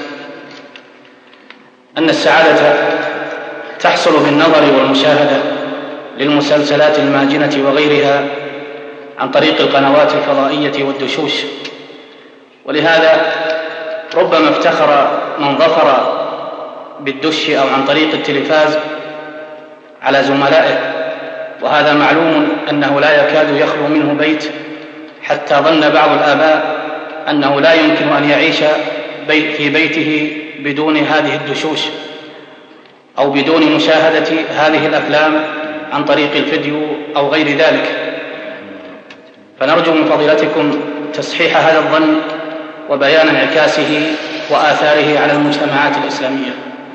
أن السعادة تحصل بالنظر والمشاهدة للمسلسلات الماجنة وغيرها عن طريق القنوات الفضائية والدشوش، ولهذا ربما افتخر من ظفر بالدش أو عن طريق التلفاز على زملائه، وهذا معلوم أنه لا يكاد يخلو منه بيت، حتى ظن بعض الآباء أنه لا يمكن أن يعيش في بيته بدون هذه الدشوش أو بدون مشاهدة هذه الأفلام عن طريق الفيديو أو غير ذلك. فنرجو من فضيلتكم تصحيح هذا الظن وبيان انعكاسه وآثاره على المجتمعات الإسلامية.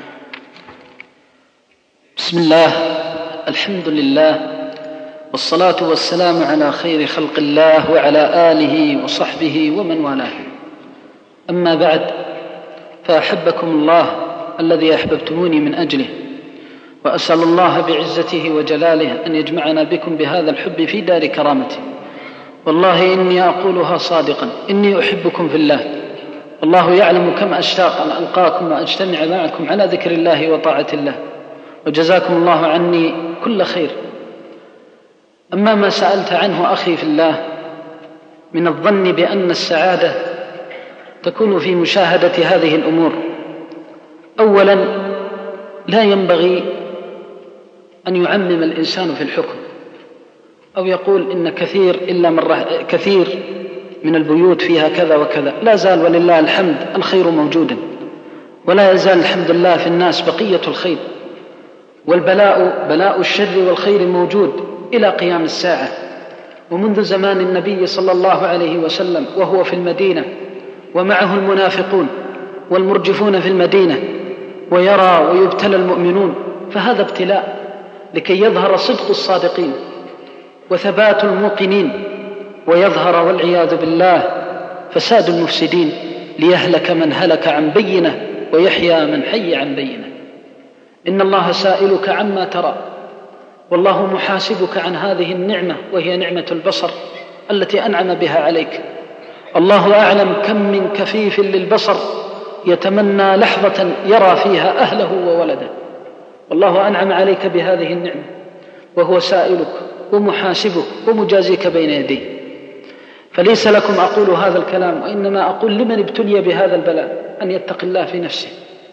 بسم الله، الحمد لله، والصلاة والسلام على خير خلق الله وعلى آله وصحبه ومن والاه. أما بعد، فأحبكم الله الذي أحببتموني من أجله، وأسأل الله بعزته وجلاله أن يجمعنا بكم بهذا الحب في دار كرامته. والله إني أقولها صادقا، إني أحبكم في الله. الله يعلم كم أشتاق أن ألقاكم وأجتمع معكم على ذكر الله وطاعة الله، وجزاكم الله عني كل خير. أما ما سألت عنه أخي في الله من الظن بأن السعادة تكون في مشاهدة هذه الأمور، أولا لا ينبغي أن يعمم الإنسان في الحكم أو يقول إن كثير إلا مرة كثير من البيوت فيها كذا وكذا. لا زال ولله الحمد الخير موجودا، ولا يزال الحمد لله في الناس بقية الخير، والبلاء بلاء الشر والخير موجود إلى قيام الساعة. ومنذ زمان النبي صلى الله عليه وسلم وهو في المدينة ومعه المنافقون والمرجفون في المدينة ويرى ويبتلى المؤمنون، فهذا ابتلاء لكي يظهر صدق الصادقين وثبات الموقنين، ويظهر والعياذ بالله فساد المفسدين، ليهلك من هلك عن بينه ويحيى من حي عن بينه. إن الله سائلك عما ترى، والله محاسبك عن هذه النعمة وهي نعمة البصر التي أنعم بها عليك. الله أعلم كم من كفيف للبصر يتمنى لحظة يرى فيها أهله وولده، والله أنعم عليك بهذه النعمة، وهو سائلك ومحاسبك ومجازيك بين يديه. فليس لكم أقول هذا الكلام، وإنما أقول لمن ابتلي بهذا البلاء أن يتق الله في نفسه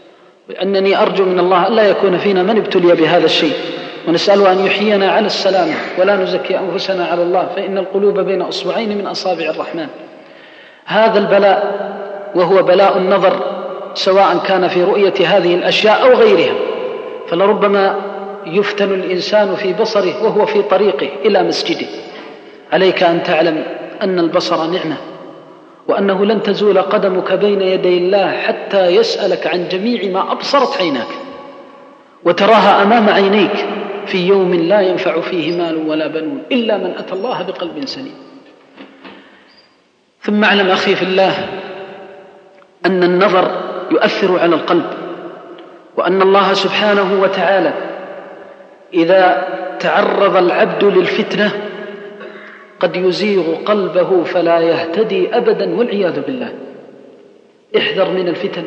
وأنني أرجو من الله ألا يكون فينا من ابتلي بهذا الشيء، ونسأله أن يحيينا على السلامة ولا نزكي أنفسنا على الله، فإن القلوب بين أصبعين من أصابع الرحمن. هذا البلاء وهو بلاء النظر، سواء كان في رؤية هذه الأشياء أو غيرها، فلربما يفتن الإنسان في بصره وهو في طريقه إلى مسجده. عليك أن تعلم أن البصر نعمة، وأنه لن تزول قدمك بين يدي الله حتى يسألك عن جميع ما أبصرت عيناك وتراها أمام عينيك في يوم لا ينفع فيه مال ولا بنون إلا من أتى الله بقلب سليم. ثم اعلم أخي في الله أن النظر يؤثر على القلب، وأن الله سبحانه وتعالى إذا تعرض العبد للفتنة قد يزيغ قلبه فلا يهتدي أبدا، والعياذ بالله. احذر من الفتن،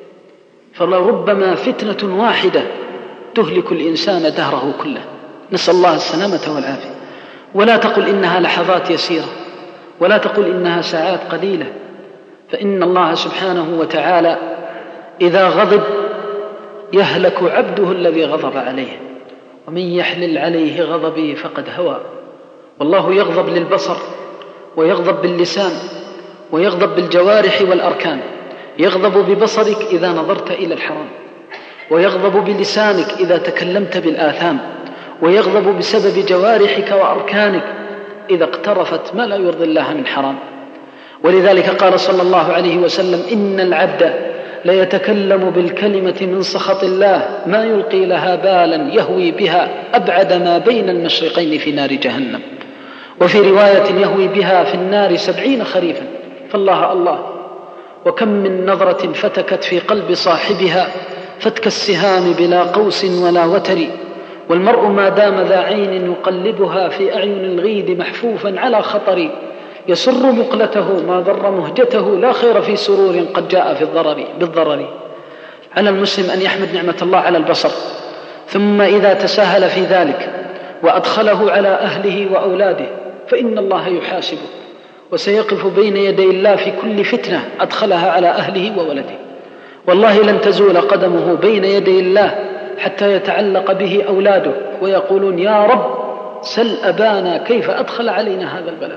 فلربما فتنة واحدة تهلك الإنسان دهره كله، نسأل الله السلامة والعافية. ولا تقل إنها لحظات يسيرة، ولا تقل إنها ساعات قليلة، فإن الله سبحانه وتعالى إذا غضب يهلك عبده الذي غضب عليه، ومن يحلل عليه غضبي فقد هوى. والله يغضب للبصر، ويغضب باللسان، ويغضب بالجوارح والأركان. يغضب ببصرك إذا نظرت إلى الحرام، ويغضب بلسانك إذا تكلمت بالآثام، ويغضب بسبب جوارحك وأركانك إذا اقترفت ما لا يرضي الله من حرام. ولذلك قال صلى الله عليه وسلم: إن العبد ليتكلم بالكلمة من سخط الله ما يلقي لها بالا يهوي بها أبعد ما بين المشرقين في نار جهنم، وفي رواية يهوي بها في النار سبعين خريفا. فالله الله، وكم من نظرة فتكت في قلب صاحبها فتك السهام بلا قوس ولا وتر، والمرء ما دام ذا عين يقلبها في أعين الغيد محفوفا على خطر، يسر مقلته ما ضر مهجته لا خير في سرور قد جاء في الضرر بالضرر. على المسلم أن يحمد نعمة الله على البصر، ثم إذا تساهل في ذلك وأدخله على أهله وأولاده فإن الله يحاسبه، وسيقف بين يدي الله في كل فتنة أدخلها على أهله وولده. والله لن تزول قدمه بين يدي الله حتى يتعلق به أولاده ويقولون: يا رب سل أبانا كيف أدخل علينا هذا البلاء.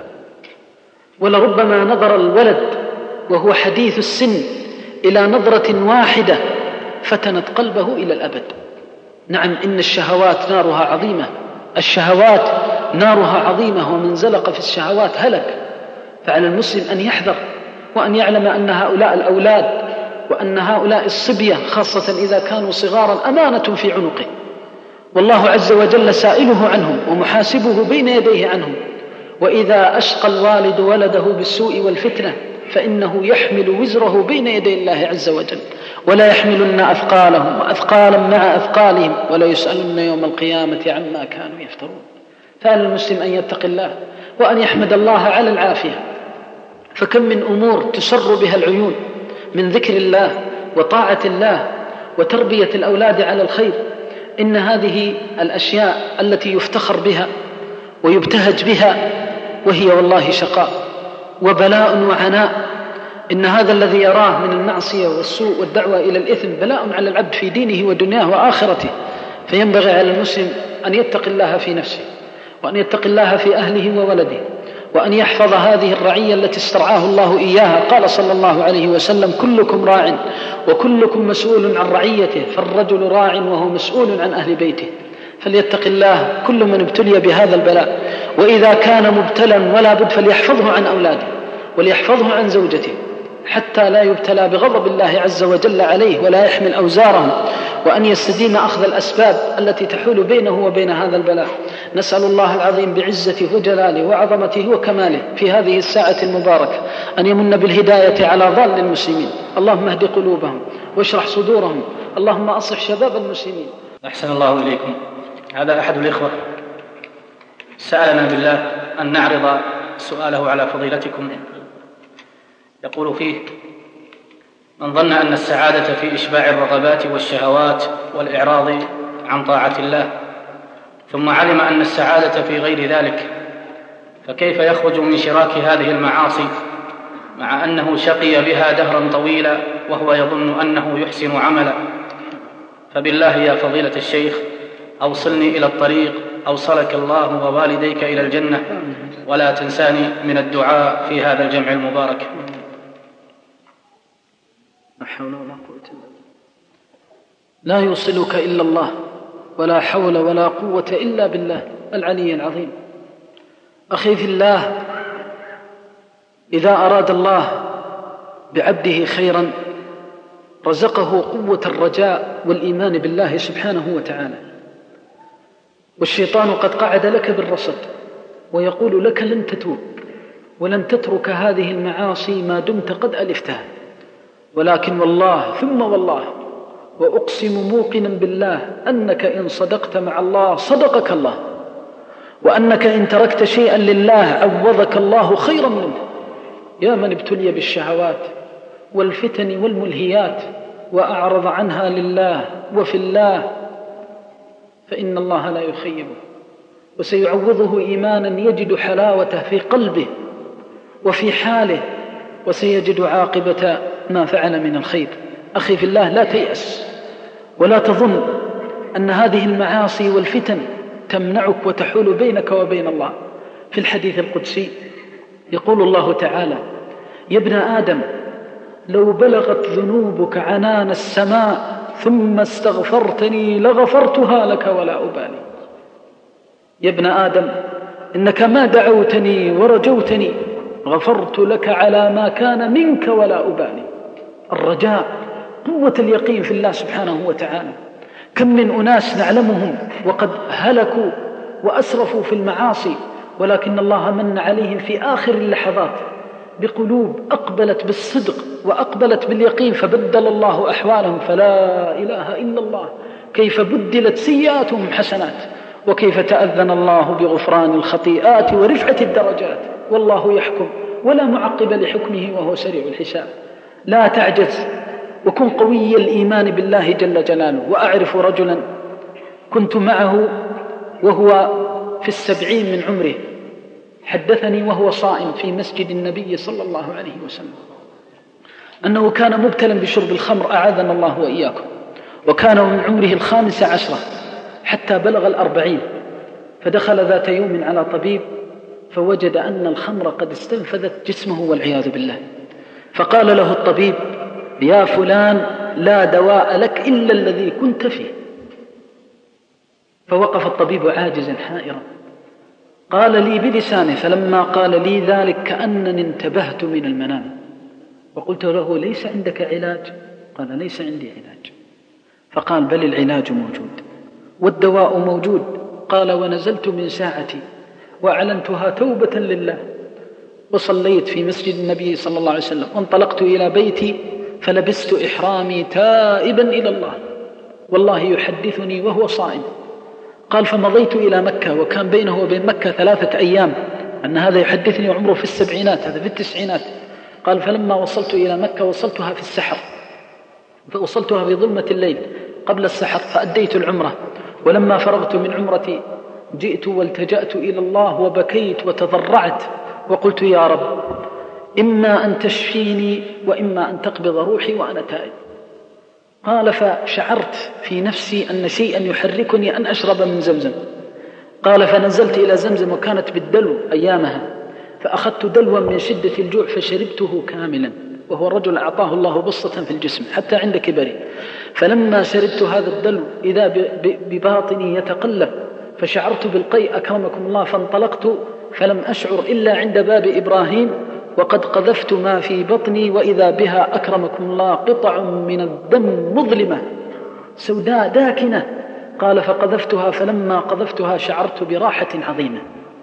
ولربما نظر الولد وهو حديث السن إلى نظرة واحدة فتنت قلبه إلى الأبد. نعم، إن الشهوات نارها عظيمة، الشهوات نارها عظيمة، ومن زلق في الشهوات هلك. فعلى المسلم أن يحذر، وأن يعلم أن هؤلاء الأولاد وأن هؤلاء الصبية خاصة إذا كانوا صغارا أمانة في عنقه، والله عز وجل سائله عنهم ومحاسبه بين يديه عنهم. وإذا أشقى الوالد ولده بالسوء والفتنة فإنه يحمل وزره بين يدي الله عز وجل، ولا يحملن أثقالهم وأثقالا مع أثقالهم ولا يسألن يوم القيامة عما كانوا يفترون. فعلى المسلم أن يتقي الله وأن يحمد الله على العافية، فكم من أمور تسر بها العيون من ذكر الله وطاعة الله وتربية الأولاد على الخير. إن هذه الأشياء التي يفتخر بها ويبتهج بها، وهي والله شقاء وبلاء وعناء. إن هذا الذي يراه من المعصية والسوء والدعوة إلى الإثم بلاء على العبد في دينه ودنياه وآخرته. فينبغي على المسلم أن يتقي الله في نفسه، وأن يتقي الله في أهله وولده، وأن يحفظ هذه الرعية التي استرعاه الله إياها. قال صلى الله عليه وسلم: كلكم راع وكلكم مسؤول عن رعيته، فالرجل راع وهو مسؤول عن أهل بيته. فليتق الله كل من ابتلي بهذا البلاء، وإذا كان مبتلا ولا بد فليحفظه عن أولاده وليحفظه عن زوجته حتى لا يبتلى بغضب الله عز وجل عليه ولا يحمل أوزارهم، وأن يستديم أخذ الأسباب التي تحول بينه وبين هذا البلاء. نسأل الله العظيم بعزته وجلاله وعظمته وكماله في هذه الساعة المباركة أن يمن بالهداية على ضال المسلمين. اللهم اهد قلوبهم واشرح صدورهم، اللهم أصلح شباب المسلمين. أحسن الله إليكم. هذا أحد الإخوة سألنا بالله أن نعرض سؤاله على فضيلتكم. يقول فيه: من ظن أن السعادة في إشباع الرغبات والشهوات والإعراض عن طاعة الله، ثم علم أن السعادة في غير ذلك، فكيف يخرج من شراك هذه المعاصي مع أنه شقي بها دهرا طويلا وهو يظن أنه يحسن عملا، فبالله يا فضيلة الشيخ أوصلني إلى الطريق أوصلك الله ووالديك إلى الجنة، ولا تنساني من الدعاء في هذا الجمع المبارك. لا حول ولا قوة إلا بالله. لا يوصلك إلا الله، ولا حول ولا قوة إلا بالله العلي العظيم. أخي في الله، إذا أراد الله بعبده خيرا رزقه قوة الرجاء والإيمان بالله سبحانه وتعالى، والشيطان قد قعد لك بالرصد ويقول لك لن تتوب ولن تترك هذه المعاصي ما دمت قد ألفتها، ولكن والله ثم والله وأقسم موقنا بالله أنك إن صدقت مع الله صدقك الله، وأنك إن تركت شيئا لله عوضك الله خيرا منه. يا من ابتلي بالشهوات والفتن والملهيات وأعرض عنها لله وفي الله، فإن الله لا يخيبه، وسيعوضه إيمانا يجد حلاوته في قلبه وفي حاله، وسيجد عاقبة ما فعل من الخير. أخي في الله، لا تيأس ولا تظن أن هذه المعاصي والفتن تمنعك وتحول بينك وبين الله. في الحديث القدسي يقول الله تعالى: يا ابن آدم لو بلغت ذنوبك عنان السماء ثم استغفرتني لغفرتها لك ولا أبالي. يا ابن آدم إنك ما دعوتني ورجوتني غفرت لك على ما كان منك ولا أبالي. الرجاء، قوة اليقين في الله سبحانه وتعالى. كم من أناس نعلمهم وقد هلكوا وأسرفوا في المعاصي، ولكن الله من عليهم في آخر اللحظات بقلوب أقبلت بالصدق وأقبلت باليقين، فبدل الله أحوالهم. فلا إله إلا الله، كيف بدلت سيئاتهم حسنات، وكيف تأذن الله بغفران الخطيئات ورفعة الدرجات. والله يحكم ولا معقب لحكمه وهو سريع الحساب. لا تعجز وكن قوي الإيمان بالله جل جلاله. وأعرف رجلا كنت معه وهو في السبعين من عمره، حدثني وهو صائم في مسجد النبي صلى الله عليه وسلم أنه كان مبتلا بشرب الخمر، أعاذنا الله وإياكم، وكان من عمره الخامس عشرة حتى بلغ الأربعين. فدخل ذات يوم على طبيب فوجد أن الخمر قد استنفذت جسمه والعياذ بالله. فقال له الطبيب: يا فلان لا دواء لك إلا الذي كنت فيه. فوقف الطبيب عاجزا حائرا، قال لي بلسانه، فلما قال لي ذلك كأنني انتبهت من المنام، وقلت له: ليس عندك علاج؟ قال: ليس عندي علاج. فقال: بل العلاج موجود والدواء موجود. قال: ونزلت من ساعتي وأعلنتها توبة لله، وصليت في مسجد النبي صلى الله عليه وسلم، وانطلقت إلى بيتي فلبست إحرامي تائبا إلى الله، والله يحدثني وهو صائم. قال: فمضيت إلى مكة، وكان بينه وبين مكة ثلاثة أيام، أن هذا يحدثني وعمره في السبعينات، هذا في التسعينات. قال: فلما وصلت إلى مكة وصلتها في السحر، فوصلتها في ظلمة الليل قبل السحر، فأديت العمرة. ولما فرغت من عمرتي جئت والتجأت إلى الله وبكيت وتضرعت وقلت: يا رب، إما أن تشفيني وإما أن تقبض روحي وأنا تائب. قال: فشعرت في نفسي أن شيئا يحركني أن أشرب من زمزم. قال: فنزلت إلى زمزم وكانت بالدلو أيامها، فأخذت دلوا من شدة الجوع فشربته كاملا، وهو الرجل أعطاه الله بسطة في الجسم حتى عند كبره. فلما شربت هذا الدلو إذا بباطني يتقلب، فشعرت بالقيء أكرمكم الله، فانطلقت فلم أشعر إلا عند باب إبراهيم وقد قذفت ما في بطني، وإذا بها أكرمكم الله قطع من الدم مظلمة سوداء داكنة. قال: فقذفتها، فلما قذفتها شعرت براحة عظيمة.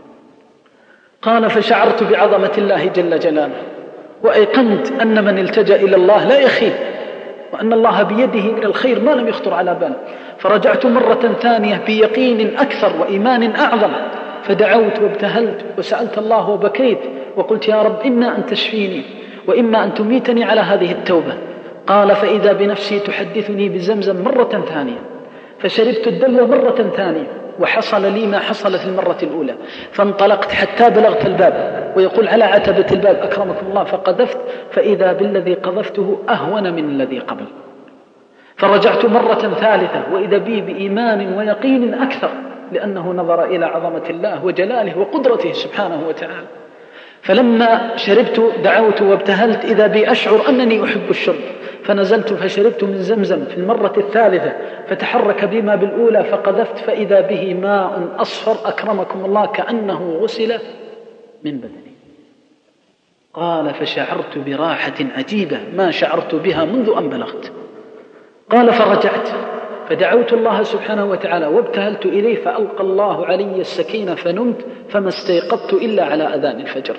قال: فشعرت بعظمة الله جل جلاله، وأيقنت أن من التجأ إلى الله لا يخيب، وأن الله بيده من الخير ما لم يخطر على بال. فرجعت مرة ثانية بيقين أكثر وإيمان أعظم، فدعوت وابتهلت وسألت الله وبكيت وقلت: يا رب، إما أن تشفيني وإما أن تميتني على هذه التوبة. قال: فإذا بنفسي تحدثني بزمزم مرة ثانية، فشربت الدلو مرة ثانية، وحصل لي ما حصل في المرة الأولى. فانطلقت حتى بلغت الباب، ويقول على عتبة الباب أكرمكم الله، فقذفت فإذا بالذي قذفته أهون من الذي قبل. فرجعت مرة ثالثة وإذا بي بإيمان ويقين أكثر، لأنه نظر إلى عظمة الله وجلاله وقدرته سبحانه وتعالى. فلما شربت دعوت وابتهلت إذا بي أشعر أنني أحب الشرب، فنزلت فشربت من زمزم في المرة الثالثة، فتحرك بما بالأولى فقذفت فإذا به ماء أصفر أكرمكم الله كأنه غسل من بدني. قال فشعرت براحة عجيبة ما شعرت بها منذ أن بلغت. قال فرجعت فدعوت الله سبحانه وتعالى وابتهلت إليه فألقى الله علي السكينة فنمت، فما استيقظت إلا على أذان الفجر.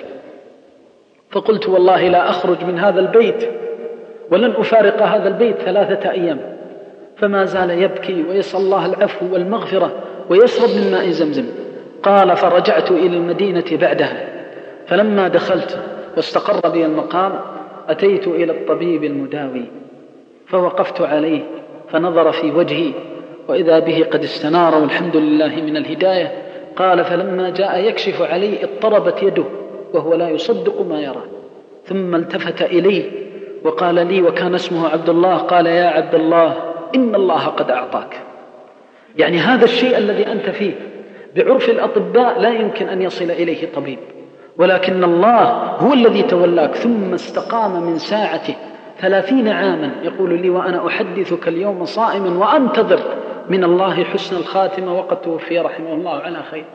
فقلت والله لا أخرج من هذا البيت ولن أفارق هذا البيت ثلاثة أيام. فما زال يبكي ويسأل الله العفو والمغفرة ويشرب من ماء زمزم. قال فرجعت إلى المدينة بعدها، فلما دخلت واستقر بي المقام أتيت إلى الطبيب المداوي فوقفت عليه فنظر في وجهي وإذا به قد استنار والحمد لله من الهداية. قال فلما جاء يكشف علي اضطربت يده وهو لا يصدق ما يرى، ثم التفت إليه وقال لي وكان اسمه عبد الله، قال يا عبد الله إن الله قد أعطاك. يعني هذا الشيء الذي أنت فيه بعرف الأطباء لا يمكن أن يصل إليه طبيب، ولكن الله هو الذي تولاك. ثم استقام من ساعته ثلاثين عاما يقول لي وأنا أحدثك اليوم صائما وأنتظر من الله حسن الخاتمة، وقد توفي رحمه الله على خير.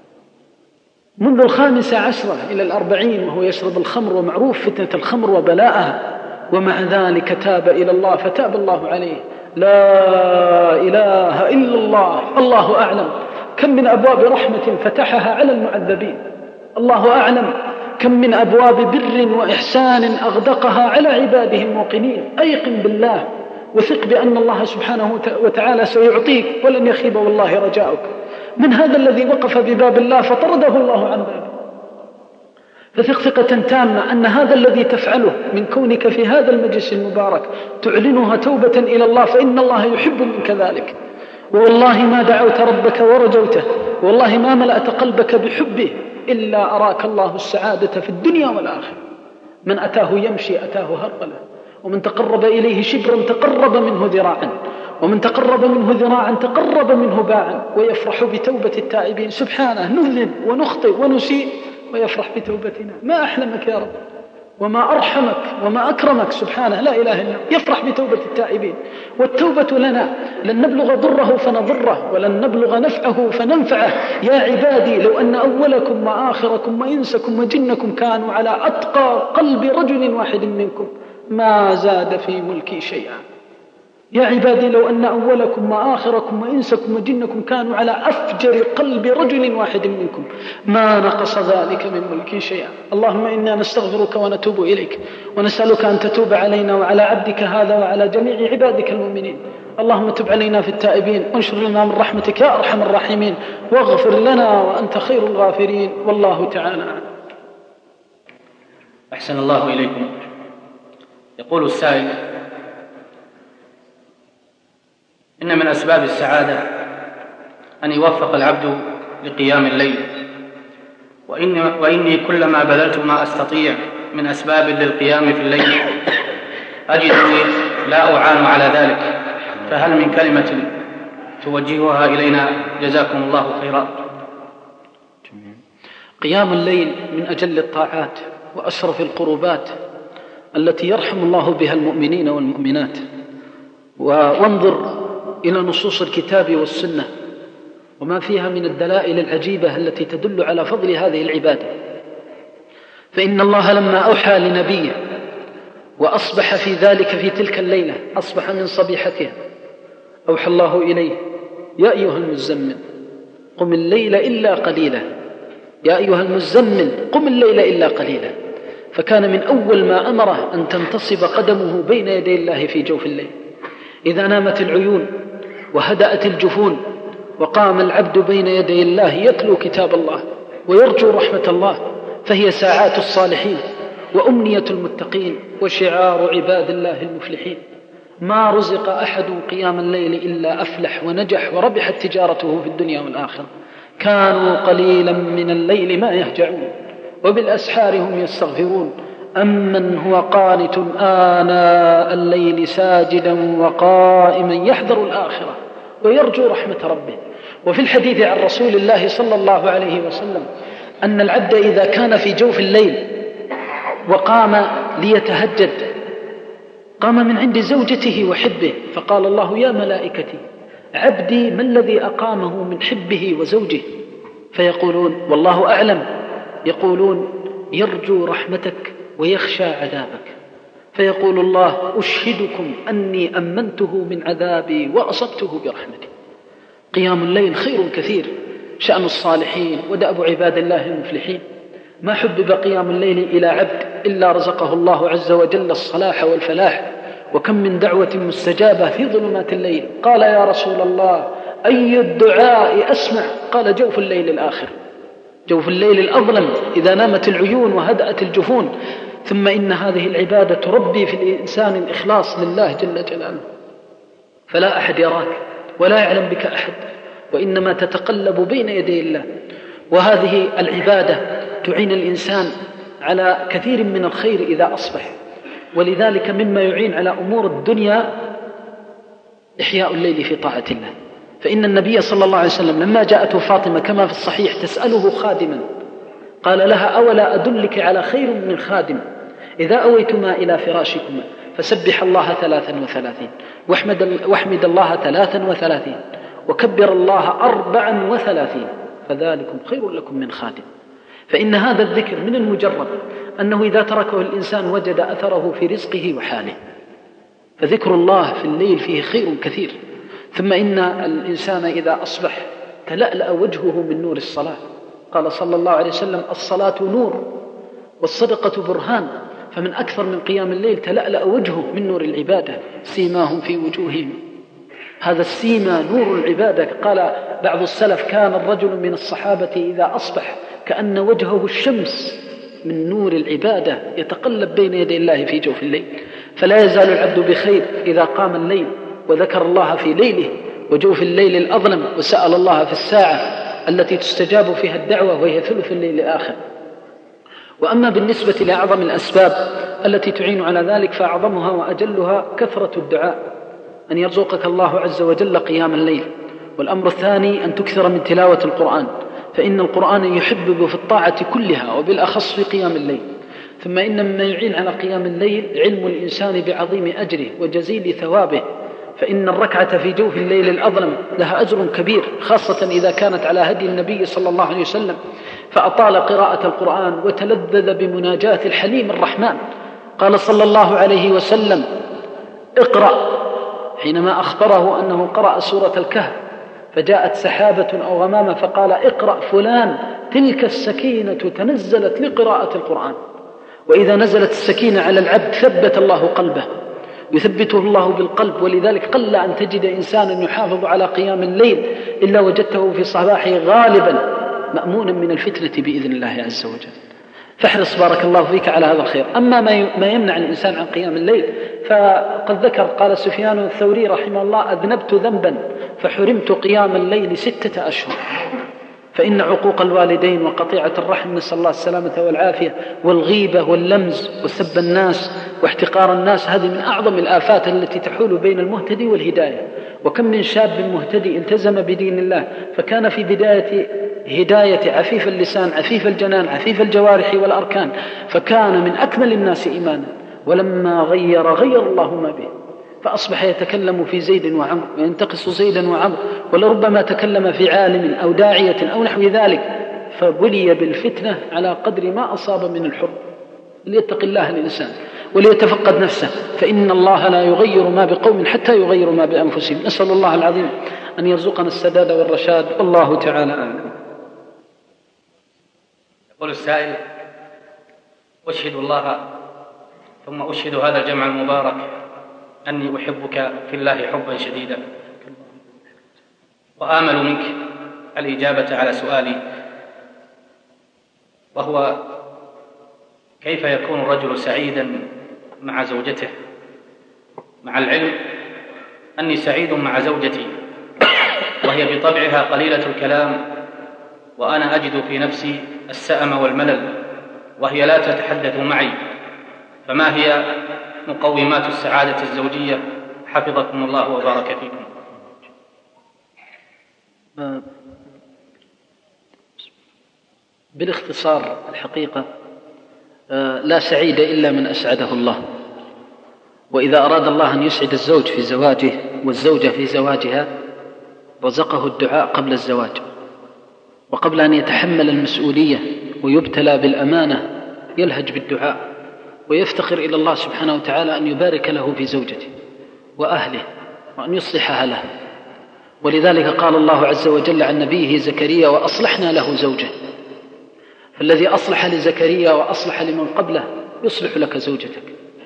منذ الخامسة عشرة إلى الأربعين وهو يشرب الخمر، ومعروف فتنة الخمر وبلاءها، ومع ذلك تاب إلى الله فتاب الله عليه. لا إله إلا الله. الله أعلم كم من أبواب رحمة فتحها على المعذبين، الله أعلم كم من أبواب بر وإحسان أغدقها على عباده الموقنين. أيقن بالله وثق بأن الله سبحانه وتعالى سيعطيك ولن يخيب والله رجاؤك. من هذا الذي وقف بباب الله فطرده الله عن بابه. فثق ثقة تامة أن هذا الذي تفعله من كونك في هذا المجلس المبارك تعلنها توبة إلى الله، فإن الله يحب منك ذلك. والله ما دعوت ربك ورجوته، والله ما ملأت قلبك بحبه إلا أراك الله السعادة في الدنيا والآخرة. من أتاه يمشي أتاه هرولة، ومن تقرب إليه شبرا تقرب منه ذراعا، ومن تقرب منه ذراعا تقرب منه باعا. ويفرح بتوبة التائبين. سبحانه نذنب ونخطئ ونسيء ويفرح بتوبتنا. ما أحلمك يا رب، وما أرحمك وما أكرمك سبحانه، لا إله إلا يفرح بتوبة التائبين. والتوبة لنا لن نبلغ ضره فنضره، ولن نبلغ نفعه فننفعه. يا عبادي لو أن أولكم وآخركم وإنسكم وجنكم كانوا على أتقى قلب رجل واحد منكم ما زاد في ملكي شيئا. يا عبادي لو أن أولكم وآخركم وإنسكم وجنكم كانوا على أفجر قلب رجل واحد منكم ما نقص ذلك من ملكي شيئا. اللهم إنا نستغفرك ونتوب إليك ونسألك أن تتوب علينا وعلى عبدك هذا وعلى جميع عبادك المؤمنين. اللهم تب علينا في التائبين وانشر لنا من رحمتك يا أرحم الراحمين، واغفر لنا وأنت خير الغافرين. والله تعالى أعلم. أحسن الله إليكم. يقول السائل: إن من أسباب السعادة أن يوفق العبد لقيام الليل، وإني, وإني كلما بذلت ما أستطيع من أسباب للقيام في الليل أجدني لا أعان على ذلك، فهل من كلمة توجهها إلينا جزاكم الله خيرا؟ قيام الليل من أجل الطاعات وأشرف القربات التي يرحم الله بها المؤمنين والمؤمنات. وانظر إلى نصوص الكتاب والسنة وما فيها من الدلائل العجيبة التي تدل على فضل هذه العبادة. فإن الله لما أوحى لنبيه وأصبح في ذلك في تلك الليلة، أصبح من صبيحتها، أوحى الله إليه: يا أيها المزمل قم الليل إلا قليلا، يا أيها المزمل قم الليل إلا قليلا. فكان من أول ما أمره أن تنتصب قدمه بين يدي الله في جوف الليل. إذا نامت العيون وهدأت الجفون وقام العبد بين يدي الله يتلو كتاب الله ويرجو رحمة الله، فهي ساعات الصالحين وأمنية المتقين وشعار عباد الله المفلحين. ما رزق أحد قيام الليل إلا أفلح ونجح وربحت تجارته في الدنيا والآخرة. كانوا قليلا من الليل ما يهجعون وبالأسحار هم يستغفرون. أمن هو قانت آناء الليل ساجدا وقائما يحذر الآخرة ويرجو رحمة ربه. وفي الحديث عن رسول الله صلى الله عليه وسلم أن العبد إذا كان في جوف الليل وقام ليتهجد قام من عند زوجته وحبه، فقال الله: يا ملائكتي عبدي ما الذي أقامه من حبه وزوجه؟ فيقولون: والله أعلم. يقولون: يرجو رحمتك ويخشى عذابك. فيقول الله: أشهدكم أني أمنته من عذابي وأصبته برحمتي. قيام الليل خير كثير، شأن الصالحين ودأب عباد الله المفلحين. ما حبب قيام الليل إلى عبد إلا رزقه الله عز وجل الصلاح والفلاح. وكم من دعوة مستجابة في ظلمات الليل. قال: يا رسول الله أي الدعاء أسمع؟ قال: جوف الليل الآخر، جوف الليل الأظلم إذا نامت العيون وهدأت الجفون. ثم إن هذه العبادة تربي في الإنسان الإخلاص لله جل جلاله، فلا أحد يراك ولا يعلم بك أحد، وإنما تتقلب بين يدي الله. وهذه العبادة تعين الإنسان على كثير من الخير إذا أصبح. ولذلك مما يعين على أمور الدنيا إحياء الليل في طاعة الله. فإن النبي صلى الله عليه وسلم لما جاءته فاطمة كما في الصحيح تسأله خادما قال لها: أولا أدلك على خير من خادم؟ إذا أويتما إلى فراشكما فسبح الله ثلاثا وثلاثين واحمد, واحمد الله ثلاثا وثلاثين وكبر الله أربعا وثلاثين فذلكم خير لكم من خادم. فإن هذا الذكر من المجرب أنه إذا تركه الإنسان وجد أثره في رزقه وحاله. فذكر الله في الليل فيه خير كثير. ثم إن الإنسان إذا أصبح تلألأ وجهه من نور الصلاة. قال صلى الله عليه وسلم: الصلاة نور والصدقة برهان. فمن أكثر من قيام الليل تلألأ وجهه من نور العبادة، سيماهم في وجوههم. هذا السيما نور العبادة. قال بعض السلف: كان الرجل من الصحابة إذا أصبح كأن وجهه الشمس من نور العبادة يتقلب بين يدي الله في جوف الليل. فلا يزال العبد بخير إذا قام الليل وذكر الله في ليله وجوف الليل الأظلم وسأل الله في الساعة التي تستجاب فيها الدعوة وهي ثلث الليل الآخر. وأما بالنسبة لأعظم الأسباب التي تعين على ذلك فأعظمها وأجلها كثرة الدعاء، أن يرزقك الله عز وجل قيام الليل. والأمر الثاني أن تكثر من تلاوة القرآن، فإن القرآن يحبب في الطاعة كلها وبالأخص في قيام الليل. ثم إن مما يعين على قيام الليل علم الإنسان بعظيم أجره وجزيل ثوابه. فإن الركعة في جوف الليل الأظلم لها أجر كبير، خاصة إذا كانت على هدي النبي صلى الله عليه وسلم، فأطال قراءة القرآن وتلذذ بمناجاة الحليم الرحمن. قال صلى الله عليه وسلم: اقرأ، حينما أخبره أنه قرأ سورة الكهف فجاءت سحابة أو غمامة فقال: اقرأ فلان، تلك السكينة تنزلت لقراءة القرآن. وإذا نزلت السكينة على العبد ثبت الله قلبه، يثبته الله بالقلب. ولذلك قل أن تجد إنسانا يحافظ على قيام الليل إلا وجدته في صباحه غالبا مأمونا من الفتنة بإذن الله عز وجل. فاحرص بارك الله فيك على هذا الخير. أما ما يمنع الإنسان عن قيام الليل فقد ذكر قال سفيان الثوري رحمه الله: أذنبت ذنبا فحرمت قيام الليل ستة أشهر. فإن عقوق الوالدين وقطيعة الرحم، نسأل الله السلامة والعافية، والغيبة واللمز وسب الناس واحتقار الناس، هذه من أعظم الآفات التي تحول بين المهتدي والهداية. وكم من شاب مهتدي التزم بدين الله فكان في بداية هداية عفيف اللسان عفيف الجنان عفيف الجوارح والأركان، فكان من أكمل الناس إيمانا، ولما غير غير الله ما به، فأصبح يتكلم في زيد وعمر وينتقص زيدا وعمر، ولربما تكلم في عالم أو داعية أو نحو ذلك، فبلي بالفتنة على قدر ما أصاب من الحر. ليتق الله الإنسان وليتفقد نفسه، فإن الله لا يغير ما بقوم حتى يغيروا ما بأنفسهم. نسأل الله العظيم أن يرزقنا السداد والرشاد، والله تعالى أعلم. يقول السائل: أشهد الله ثم أشهد هذا الجمع المبارك أني أحبك في الله حبا شديدا، وآمل منك الإجابة على سؤالي، وهو: كيف يكون الرجل سعيدا مع زوجته، مع العلم أني سعيد مع زوجتي وهي بطبعها قليلة الكلام، وأنا أجد في نفسي السأم والملل، وهي لا تتحدث معي فما هي مقومات السعادة الزوجية حفظكم الله وبارك فيكم؟ بالاختصار الحقيقة لا سعيد إلا من أسعده الله، وإذا أراد الله أن يسعد الزوج في زواجه والزوجة في زواجها رزقه الدعاء قبل الزواج، وقبل أن يتحمل المسؤولية ويبتلى بالأمانة يلهج بالدعاء ويفتقر إلى الله سبحانه وتعالى أن يبارك له في زوجته وأهله وأن يصلحها له. ولذلك قال الله عز وجل عن نبيه زكريا: وأصلحنا له زوجه. فالذي أصلح لزكريا وأصلح لمن قبله يصلح لك زوجتك.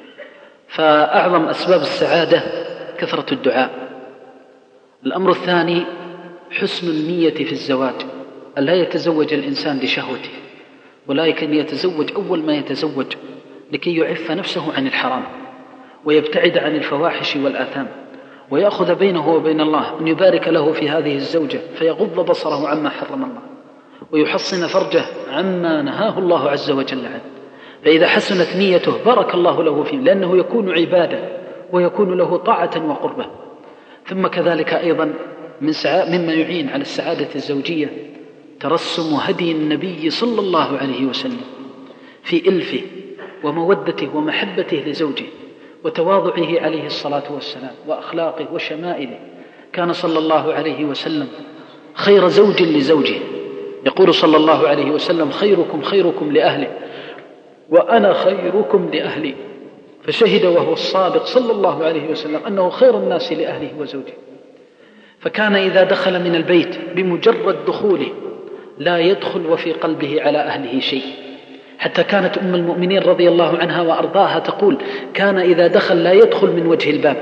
فأعظم أسباب السعادة كثرة الدعاء. الأمر الثاني حسن النية في الزواج، ألا يتزوج الإنسان لشهوته، ولكن يتزوج أول ما يتزوج لكي يعف نفسه عن الحرام ويبتعد عن الفواحش والآثام، ويأخذ بينه وبين الله أن يبارك له في هذه الزوجة فيغض بصره عما حرم الله ويحصن فرجه عما نهاه الله عز وجل عنه. فإذا حسنت نيته بارك الله له فيه، لأنه يكون عبادة ويكون له طاعة وقربة. ثم كذلك أيضا من مما يعين على السعادة الزوجية ترسم هدي النبي صلى الله عليه وسلم في إلفه ومودته ومحبته لزوجه وتواضعه عليه الصلاة والسلام وأخلاقه وشمائله. كان صلى الله عليه وسلم خير زوج لزوجه، يقول صلى الله عليه وسلم: خيركم خيركم لأهله وأنا خيركم لأهلي. فشهد وهو الصادق صلى الله عليه وسلم أنه خير الناس لأهله وزوجه. فكان إذا دخل من البيت بمجرد دخوله لا يدخل وفي قلبه على أهله شيء، حتى كانت أم المؤمنين رضي الله عنها وأرضاها تقول: كان إذا دخل لا يدخل من وجه الباب،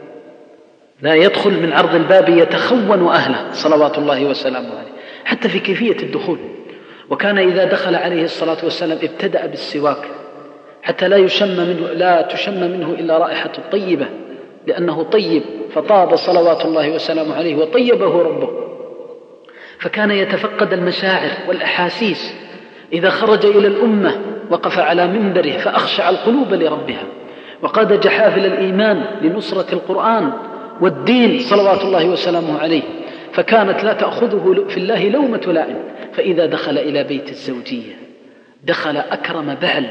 لا يدخل من عرض الباب، يتخون أهله صلوات الله وسلامه عليه، حتى في كيفية الدخول. وكان إذا دخل عليه الصلاة والسلام ابتدأ بالسواك حتى لا يشم منه لا تشم منه إلا رائحة طيبة، لأنه طيب فطاب صلوات الله وسلامه عليه وطيبه ربه. فكان يتفقد المشاعر والأحاسيس. إذا خرج إلى الأمة وقف على منبره فأخشع القلوب لربها، وقاد جحافل الإيمان لنصرة القرآن والدين صلوات الله وسلامه عليه. فكانت لا تأخذه في الله لومة لائم. فإذا دخل إلى بيت الزوجية دخل أكرم بعل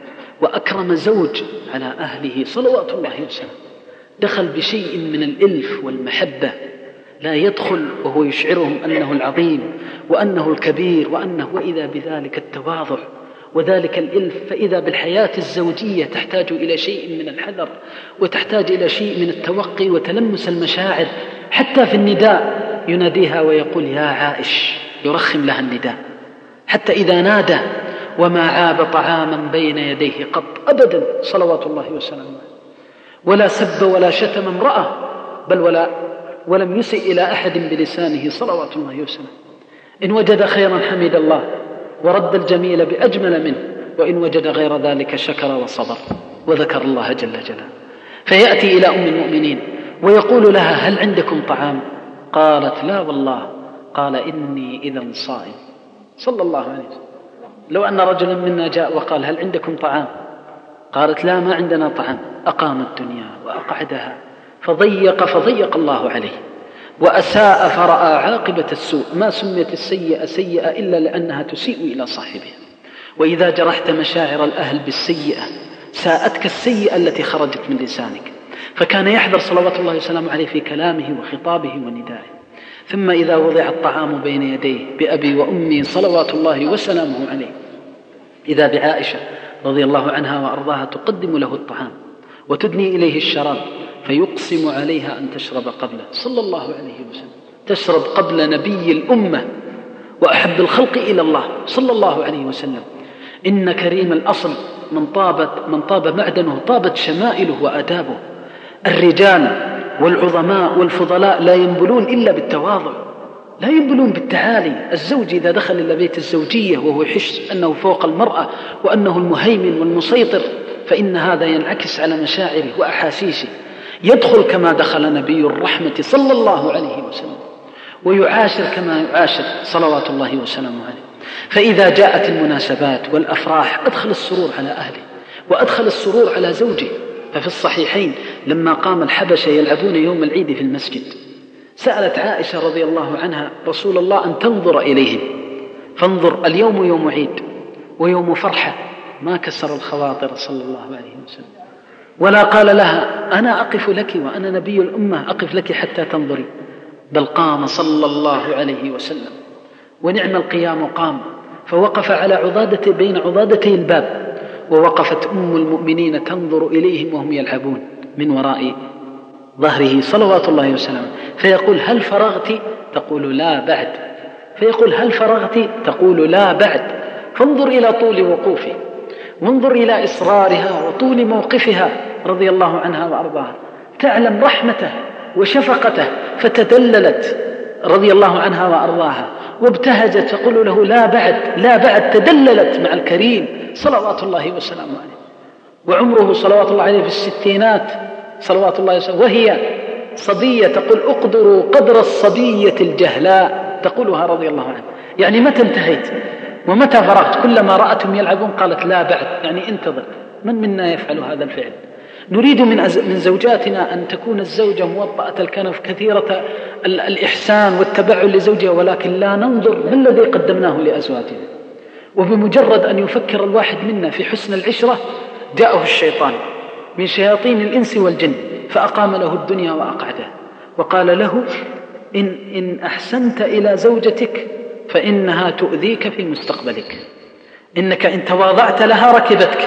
وأكرم زوج على أهله صلوات الله وسلامه، دخل بشيء من الإلف والمحبة، لا يدخل وهو يشعرهم أنه العظيم وأنه الكبير وأنه، وإذا بذلك التواضع وذلك الإلف. فإذا بالحياة الزوجية تحتاج إلى شيء من الحذر وتحتاج إلى شيء من التوقي وتلمس المشاعر. حتى في النداء يناديها ويقول: يا عائش، يرخم لها النداء. حتى إذا نادى وما عاب طعاما بين يديه قط أبدا صلوات الله وسلامه، ولا سب ولا شتم امرأة، بل ولا ولم يسئ إلى أحد بلسانه صلوات الله وسلامه. إن وجد خيرا حمد الله ورد الجميل بأجمل منه، وإن وجد غير ذلك شكر وصبر وذكر الله جل جلاله. فيأتي إلى أم المؤمنين ويقول لها: هل عندكم طعام؟ قالت: لا والله. قال: إني إذا صائم صلى الله عليه وسلم. لو أن رجلا منا جاء وقال: هل عندكم طعام؟ قالت: لا، ما عندنا طعام. أقام الدنيا وأقعدها، فضيق فضيق الله عليه، وأساء فرأى عاقبة السوء. ما سميت السيئة سيئة إلا لأنها تسيء إلى صاحبها. وإذا جرحت مشاعر الأهل بالسيئة ساءتك السيئة التي خرجت من لسانك. فكان يحذر صلوات الله وسلامه عليه في كلامه وخطابه وندائه. ثم إذا وضع الطعام بين يديه بأبي وأمي صلوات الله وسلامه عليه، إذا بعائشة رضي الله عنها وأرضاها تقدم له الطعام وتدني إليه الشراب، فيقسم عليها أن تشرب قبله صلى الله عليه وسلم، تشرب قبل نبي الأمة وأحب الخلق إلى الله صلى الله عليه وسلم. إن كريم الأصل من طابت من طاب معدنه طابت شمائله وآدابه. الرجال والعظماء والفضلاء لا ينبلون إلا بالتواضع، لا ينبلون بالتعالي. الزوج إذا دخل إلى بيت الزوجية وهو يحس أنه فوق المرأة وأنه المهيمن والمسيطر، فإن هذا ينعكس على مشاعره وأحاسيسه. يدخل كما دخل نبي الرحمة صلى الله عليه وسلم، ويعاشر كما يعاشر صلوات الله وسلامه عليه. فإذا جاءت المناسبات والأفراح أدخل السرور على أهله وأدخل السرور على زوجه. ففي الصحيحين لما قام الحبشة يلعبون يوم العيد في المسجد سألت عائشة رضي الله عنها رسول الله أن تنظر إليهم، فانظر اليوم يوم عيد ويوم فرحة، ما كسر الخواطر صلى الله عليه وسلم، ولا قال لها أنا أقف لك وأنا نبي الأمة أقف لك حتى تنظري، بل قام صلى الله عليه وسلم، ونعم القيام قام، فوقف على عضادة بين عضادتي الباب، ووقفت أم المؤمنين تنظر إليهم وهم يلعبون من وراء ظهره صلوات الله وسلامه، فيقول هل فرغت؟ تقول لا بعد، فيقول هل فرغت؟ تقول لا بعد. فانظر إلى طول وقوفه، وانظر إلى إصرارها وطول موقفها رضي الله عنها وأرضاها، تعلم رحمته وشفقته فتدللت رضي الله عنها وأرضاها وابتهجت تقول له لا بعد لا بعد، تدللت مع الكريم صلوات الله وسلامه عليه، وعمره صلوات الله عليه في الستينات صلوات الله وسلامه، وهي صبية تقول اقدروا قدر الصبية الجهلاء، تقولها رضي الله عنها، يعني متى انتهيت ومتى فرغت؟ كلما رأتهم يلعبون قالت لا بعد، يعني انتظر. من منا يفعل هذا الفعل؟ نريد من من زوجاتنا أن تكون الزوجة موطأة الكنف كثيرة الإحسان والتبعل لزوجها، ولكن لا ننظر ما الذي قدمناه لأزواجنا. وبمجرد أن يفكر الواحد منا في حسن العشرة جاءه الشيطان من شياطين الإنس والجن فأقام له الدنيا وأقعده، وقال له إن, إن أحسنت إلى زوجتك فإنها تؤذيك في مستقبلك، إنك إن تواضعت لها ركبتك،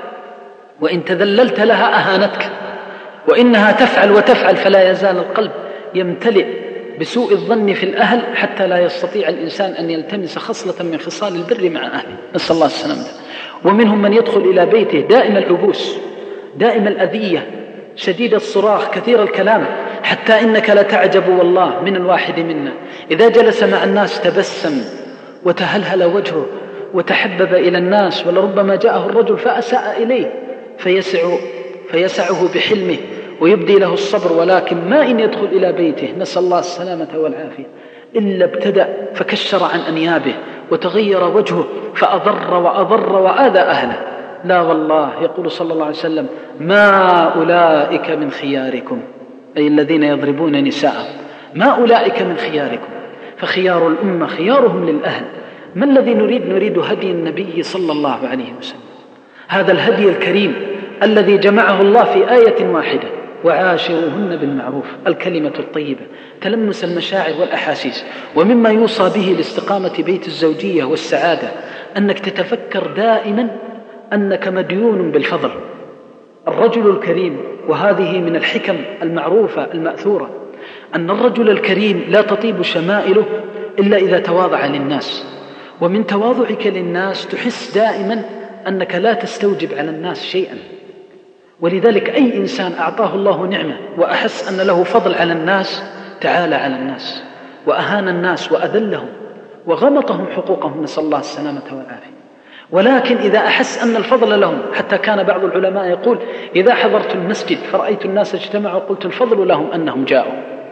وإن تذللت لها أهانتك، وإنها تفعل وتفعل، فلا يزال القلب يمتلئ بسوء الظن في الأهل حتى لا يستطيع الإنسان أن يلتمس خصلة من خصال البر مع أهله، نسأل الله السلامة. ومنهم من يدخل إلى بيته دائم العبوس، دائم الأذية، شديد الصراخ، كثير الكلام، حتى إنك لتعجب والله من الواحد منا إذا جلس مع الناس تبسم وتهلهل وجهه وتحبب إلى الناس، ولربما جاءه الرجل فأساء إليه فيسع فيسعه بحلمه ويبدي له الصبر، ولكن ما إن يدخل إلى بيته نسأل الله السلامة والعافية إلا ابتدأ فكشر عن أنيابه وتغير وجهه فأضر وأضر وآذى أهله. لا والله، يقول صلى الله عليه وسلم ما أولئك من خياركم، أي الذين يضربون نساءهم، ما أولئك من خياركم، فخيار الأمة خيارهم للأهل. ما الذي نريد؟ نريد هدي النبي صلى الله عليه وسلم، هذا الهدي الكريم الذي جمعه الله في آية واحدة، وعاشروهن بالمعروف، الكلمة الطيبة، تلمس المشاعر والأحاسيس. ومما يوصى به لاستقامة بيت الزوجية والسعادة أنك تتفكر دائما أنك مديون بالفضل. الرجل الكريم، وهذه من الحكم المعروفة المأثورة، أن الرجل الكريم لا تطيب شمائله إلا إذا تواضع للناس، ومن تواضعك للناس تحس دائما أنك لا تستوجب على الناس شيئا. ولذلك أي إنسان أعطاه الله نعمة وأحس أن له فضل على الناس تعالى على الناس وأهان الناس وأذلهم وغمطهم حقوقهم، نسأل الله السلامة والعافية. ولكن إذا أحس أن الفضل لهم، حتى كان بعض العلماء يقول إذا حضرت المسجد فرأيت الناس اجتمعوا قلت الفضل لهم أنهم جاءوا،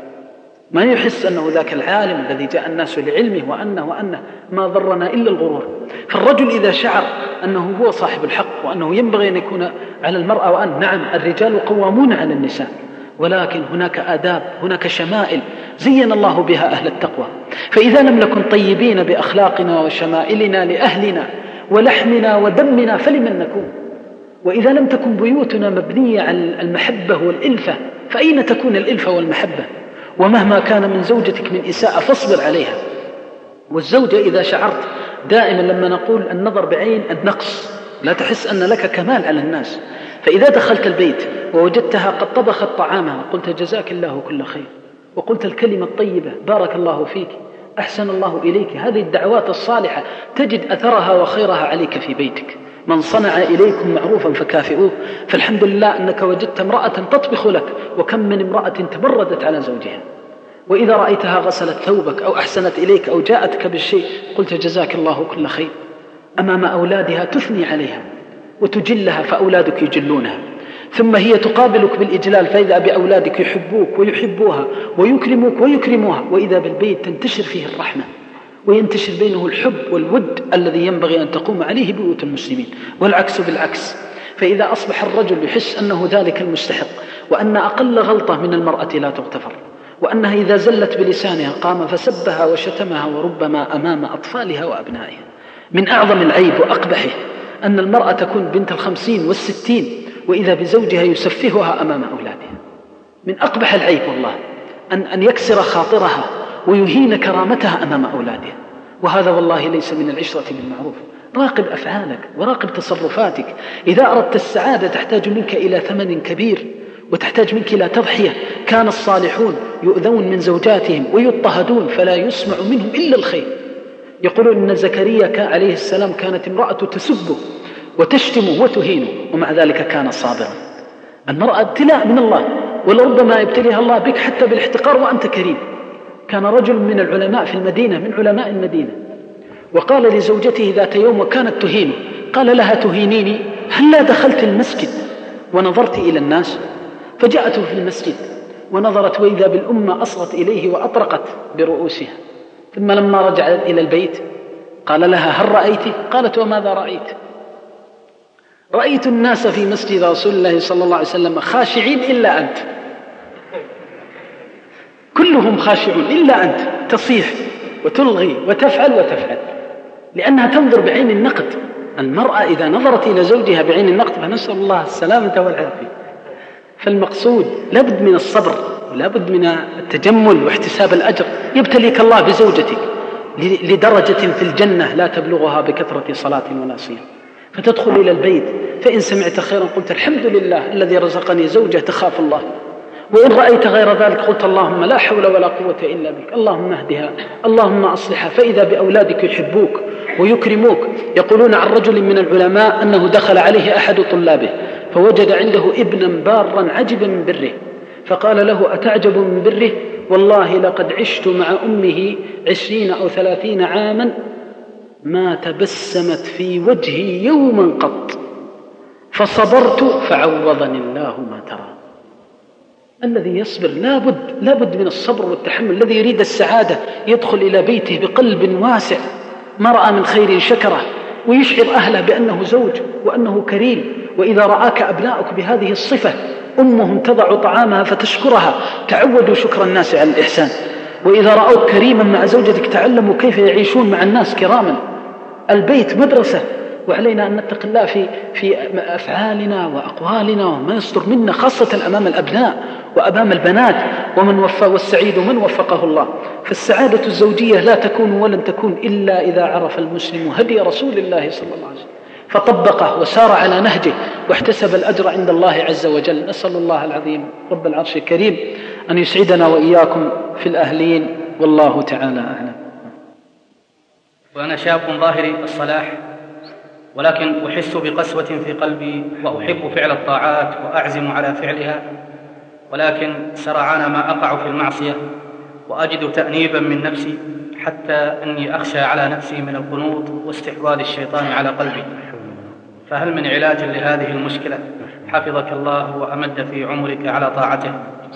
ما يحس أنه ذاك العالم الذي جاء الناس لعلمه وأنه وأنه ما ضرنا إلا الغرور. فالرجل إذا شعر أنه هو صاحب الحق وأنه ينبغي أن يكون على المرأة، وأن نعم الرجال قوامون على النساء، ولكن هناك آداب، هناك شمائل زين الله بها أهل التقوى. فإذا لم نكن طيبين بأخلاقنا وشمائلنا لأهلنا ولحمنا ودمنا فلمن نكون؟ وإذا لم تكن بيوتنا مبنية على المحبة والإلفة فأين تكون الإلفة والمحبة؟ ومهما كان من زوجتك من إساءة فاصبر عليها. والزوجة إذا شعرت دائما لما نقول النظر بعين النقص، لا تحس أن لك كمال على الناس، فإذا دخلت البيت ووجدتها قد طبخت طعامها قلت جزاك الله كل خير، وقلت الكلمة الطيبة بارك الله فيك، أحسن الله إليك، هذه الدعوات الصالحة تجد أثرها وخيرها عليك في بيتك. من صنع إليكم معروفا فكافئوه، فالحمد لله أنك وجدت امرأة تطبخ لك، وكم من امرأة تمردت على زوجها. وإذا رأيتها غسلت ثوبك أو أحسنت إليك أو جاءتك بالشيء قلت جزاك الله كل خير. أمام أولادها تثني عليها وتجلها فأولادك يجلونها، ثم هي تقابلك بالإجلال، فإذا بأولادك يحبوك ويحبوها ويكرموك ويكرموها، وإذا بالبيت تنتشر فيه الرحمة وينتشر بينه الحب والود الذي ينبغي أن تقوم عليه بيوت المسلمين، والعكس بالعكس. فإذا أصبح الرجل يحس أنه ذلك المستحق، وأن أقل غلطة من المرأة لا تغتفر، وأنها إذا زلت بلسانها قام فسبها وشتمها وربما أمام أطفالها وأبنائها. من أعظم العيب وأقبحه أن المرأة تكون بنت الخمسين والستين وإذا بزوجها يسفهها أمام أولادها. من أقبح العيب والله أن, أن يكسر خاطرها ويهين كرامتها أمام أولادها، وهذا والله ليس من العشرة بالمعروف. راقب أفعالك وراقب تصرفاتك. إذا أردت السعادة تحتاج منك إلى ثمن كبير وتحتاج منك إلى تضحية. كان الصالحون يؤذون من زوجاتهم ويضطهدون فلا يسمع منهم إلا الخير. يقولون إن زكريا عليه السلام كانت امرأة تسبه وتشتمه وتهينه ومع ذلك كان صابرا. المرأة ابتلاء من الله، ولربما يبتليها الله بك حتى بالاحتقار وأنت كريم. كان رجل من العلماء في المدينة من علماء المدينة وقال لزوجته ذات يوم وكانت تهينه، قال لها: تهينيني؟ هل لا دخلت المسجد ونظرت إلى الناس؟ فجاءته في المسجد ونظرت وإذا بالأمة أصغت إليه وأطرقت برؤوسها. ثم لما رجعت إلى البيت قال لها: هل رأيت؟ قالت: وماذا رأيت؟ رأيت الناس في مسجد رسول الله صلى الله عليه وسلم خاشعين إلا أنت، كلهم خاشعون إلا أنت، تصيح وتلغي وتفعل وتفعل، لأنها تنظر بعين النقد. المرأة إذا نظرت إلى زوجها بعين النقد فنسأل الله السلامة والعافية. فالمقصود لابد من الصبر ولابد من التجمل واحتساب الأجر. يبتليك الله بزوجتك لدرجة في الجنة لا تبلغها بكثرة صلاة ولا صيام، فتدخل إلى البيت فإن سمعت خيرا قلت الحمد لله الذي رزقني زوجة تخاف الله، وإن رأيت غير ذلك قلت اللهم لا حول ولا قوة إلا بك، اللهم اهدها، اللهم أصلحها. فإذا بأولادك يحبوك ويكرموك. يقولون عن رجل من العلماء أنه دخل عليه أحد طلابه فوجد عنده ابنا بارا عجبا من بره، فقال له: أتعجب من بره؟ والله لقد عشت مع أمه عشرين أو ثلاثين عاما ما تبسمت في وجهي يوما قط، فصبرت فعوضني الله ما ترى. الذي يصبر لابد لابد من الصبر والتحمل. الذي يريد السعادة يدخل إلى بيته بقلب واسع، ما رأى من خير شكره، ويشعر أهله بأنه زوج وأنه كريم. وإذا رآك أبناؤك بهذه الصفة، أمهم تضع طعامها فتشكرها، تعودوا شكر الناس على الإحسان. وإذا رأوك كريما مع زوجتك تعلموا كيف يعيشون مع الناس كراما. البيت مدرسة، وعلينا أن نتقي الله في في أفعالنا وأقوالنا وما يصدر منا، خاصة أمام الأبناء وأمام البنات. ومن وفى والسعيد من وفقه الله. فالسعادة الزوجية لا تكون ولن تكون إلا إذا عرف المسلم هدي رسول الله صلى الله عليه وسلم فطبقه وسار على نهجه واحتسب الأجر عند الله عز وجل. نسأل الله العظيم رب العرش الكريم أن يسعدنا وإياكم في الأهلين، والله تعالى أعلم. وأنا شاب ظاهري الصلاح، ولكن أحس بقسوة في قلبي وأحب فعل الطاعات وأعزم على فعلها، ولكن سرعان ما أقع في المعصية وأجد تأنيبا من نفسي حتى أني أخشى على نفسي من القنوط واستحواذ الشيطان على قلبي. فهل من علاج لهذه المشكلة؟ حفظك الله وأمد في عمرك على طاعته.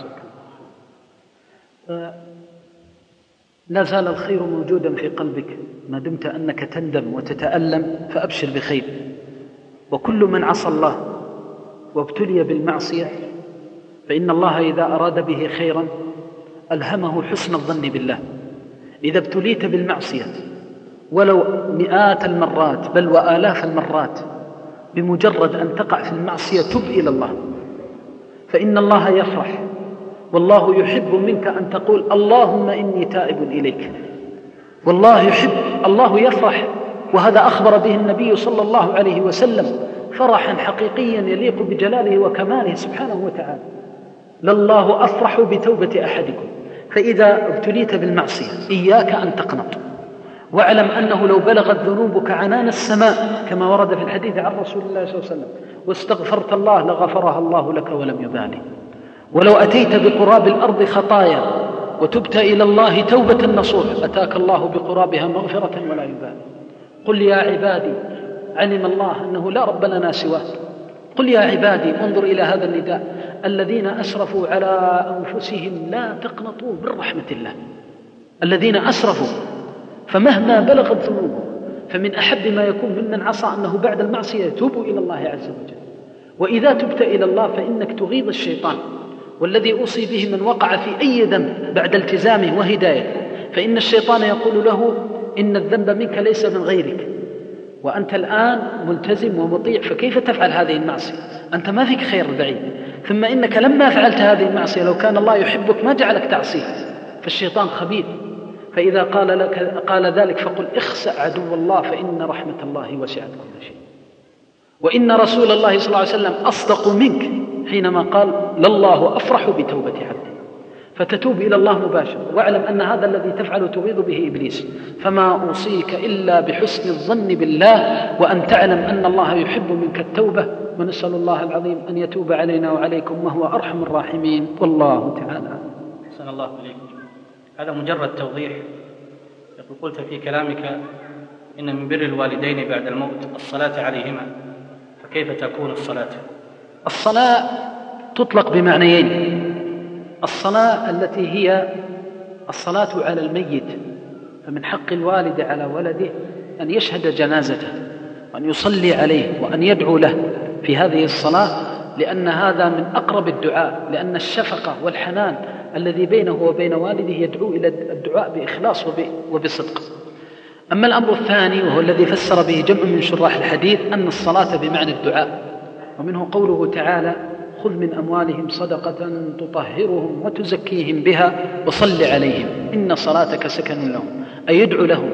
لا زال الخير موجودا في قلبك ما دمت أنك تندم وتتألم، فأبشر بخير. وكل من عصى الله وابتلي بالمعصية فإن الله إذا أراد به خيرا ألهمه حسن الظن بالله. إذا ابتليت بالمعصية ولو مئات المرات بل وآلاف المرات، بمجرد أن تقع في المعصية تب إلى الله، فإن الله يفرح، والله يحب منك أن تقول اللهم إني تائب إليك. والله يحب، الله يفرح، وهذا أخبر به النبي صلى الله عليه وسلم فرحا حقيقيا يليق بجلاله وكماله سبحانه وتعالى. لله أفرح بتوبة أحدكم. فإذا ابتليت بالمعصية إياك أن تقنط، واعلم أنه لو بلغت ذنوبك عنان السماء كما ورد في الحديث عن رسول الله صلى الله عليه وسلم واستغفرت الله لغفرها الله لك ولم يبالي. ولو أتيت بقراب الأرض خطايا وتبت إلى الله توبة نصوح أتاك الله بقرابها مغفرة ولا يبالي. قل يا عبادي، علم الله أنه لا رب لنا سواه، قل يا عبادي، انظر إلى هذا النداء، الذين أسرفوا على أنفسهم لا تقنطوا من رحمة الله. الذين أسرفوا، فمهما بلغت ذنوبهم فمن أحب ما يكون ممن عصى أنه بعد المعصية يتوب إلى الله عز وجل. وإذا تبت إلى الله فإنك تغيظ الشيطان، والذي أوصي به من وقع في أي ذنب بعد التزامه وهدايته، فإن الشيطان يقول له إن الذنب منك ليس من غيرك، وأنت الآن ملتزم ومطيع، فكيف تفعل هذه المعصية؟ أنت ما فيك خير بعيد، ثم إنك لما فعلت هذه المعصية لو كان الله يحبك ما جعلك تعصيه. فالشيطان خبيث، فإذا قال لك قال ذلك فقل اخسأ عدو الله فإن رحمة الله وسعت كل شيء. وإن رسول الله صلى الله عليه وسلم أصدق منك حينما قال لله أفرح بتوبة عبده، فتتوب إلى الله مباشرة، واعلم أن هذا الذي تفعل تغيظ به إبليس. فما أوصيك إلا بحسن الظن بالله، وأن تعلم أن الله يحب منك التوبة، ونسأل الله العظيم أن يتوب علينا وعليكم وهو أرحم الراحمين، والله تعالى. أحسن الله إليكم. هذا مجرد توضيح. يقول قلت في كلامك إن من بر الوالدين بعد الموت الصلاة عليهما، فكيف تكون الصلاة؟ الصلاة تطلق بمعنيين: الصلاة التي هي الصلاة على الميت، فمن حق الوالد على ولده أن يشهد جنازته وأن يصلي عليه وأن يدعو له في هذه الصلاة، لأن هذا من أقرب الدعاء، لأن الشفقة والحنان الذي بينه وبين والده يدعو إلى الدعاء بإخلاص وبصدق. أما الأمر الثاني وهو الذي فسر به جمع من شراح الحديث أن الصلاة بمعنى الدعاء، ومنه قوله تعالى: خذ من أموالهم صدقة تطهرهم وتزكيهم بها وصل عليهم إن صلاتك سكن لهم، أي يدعو لهم.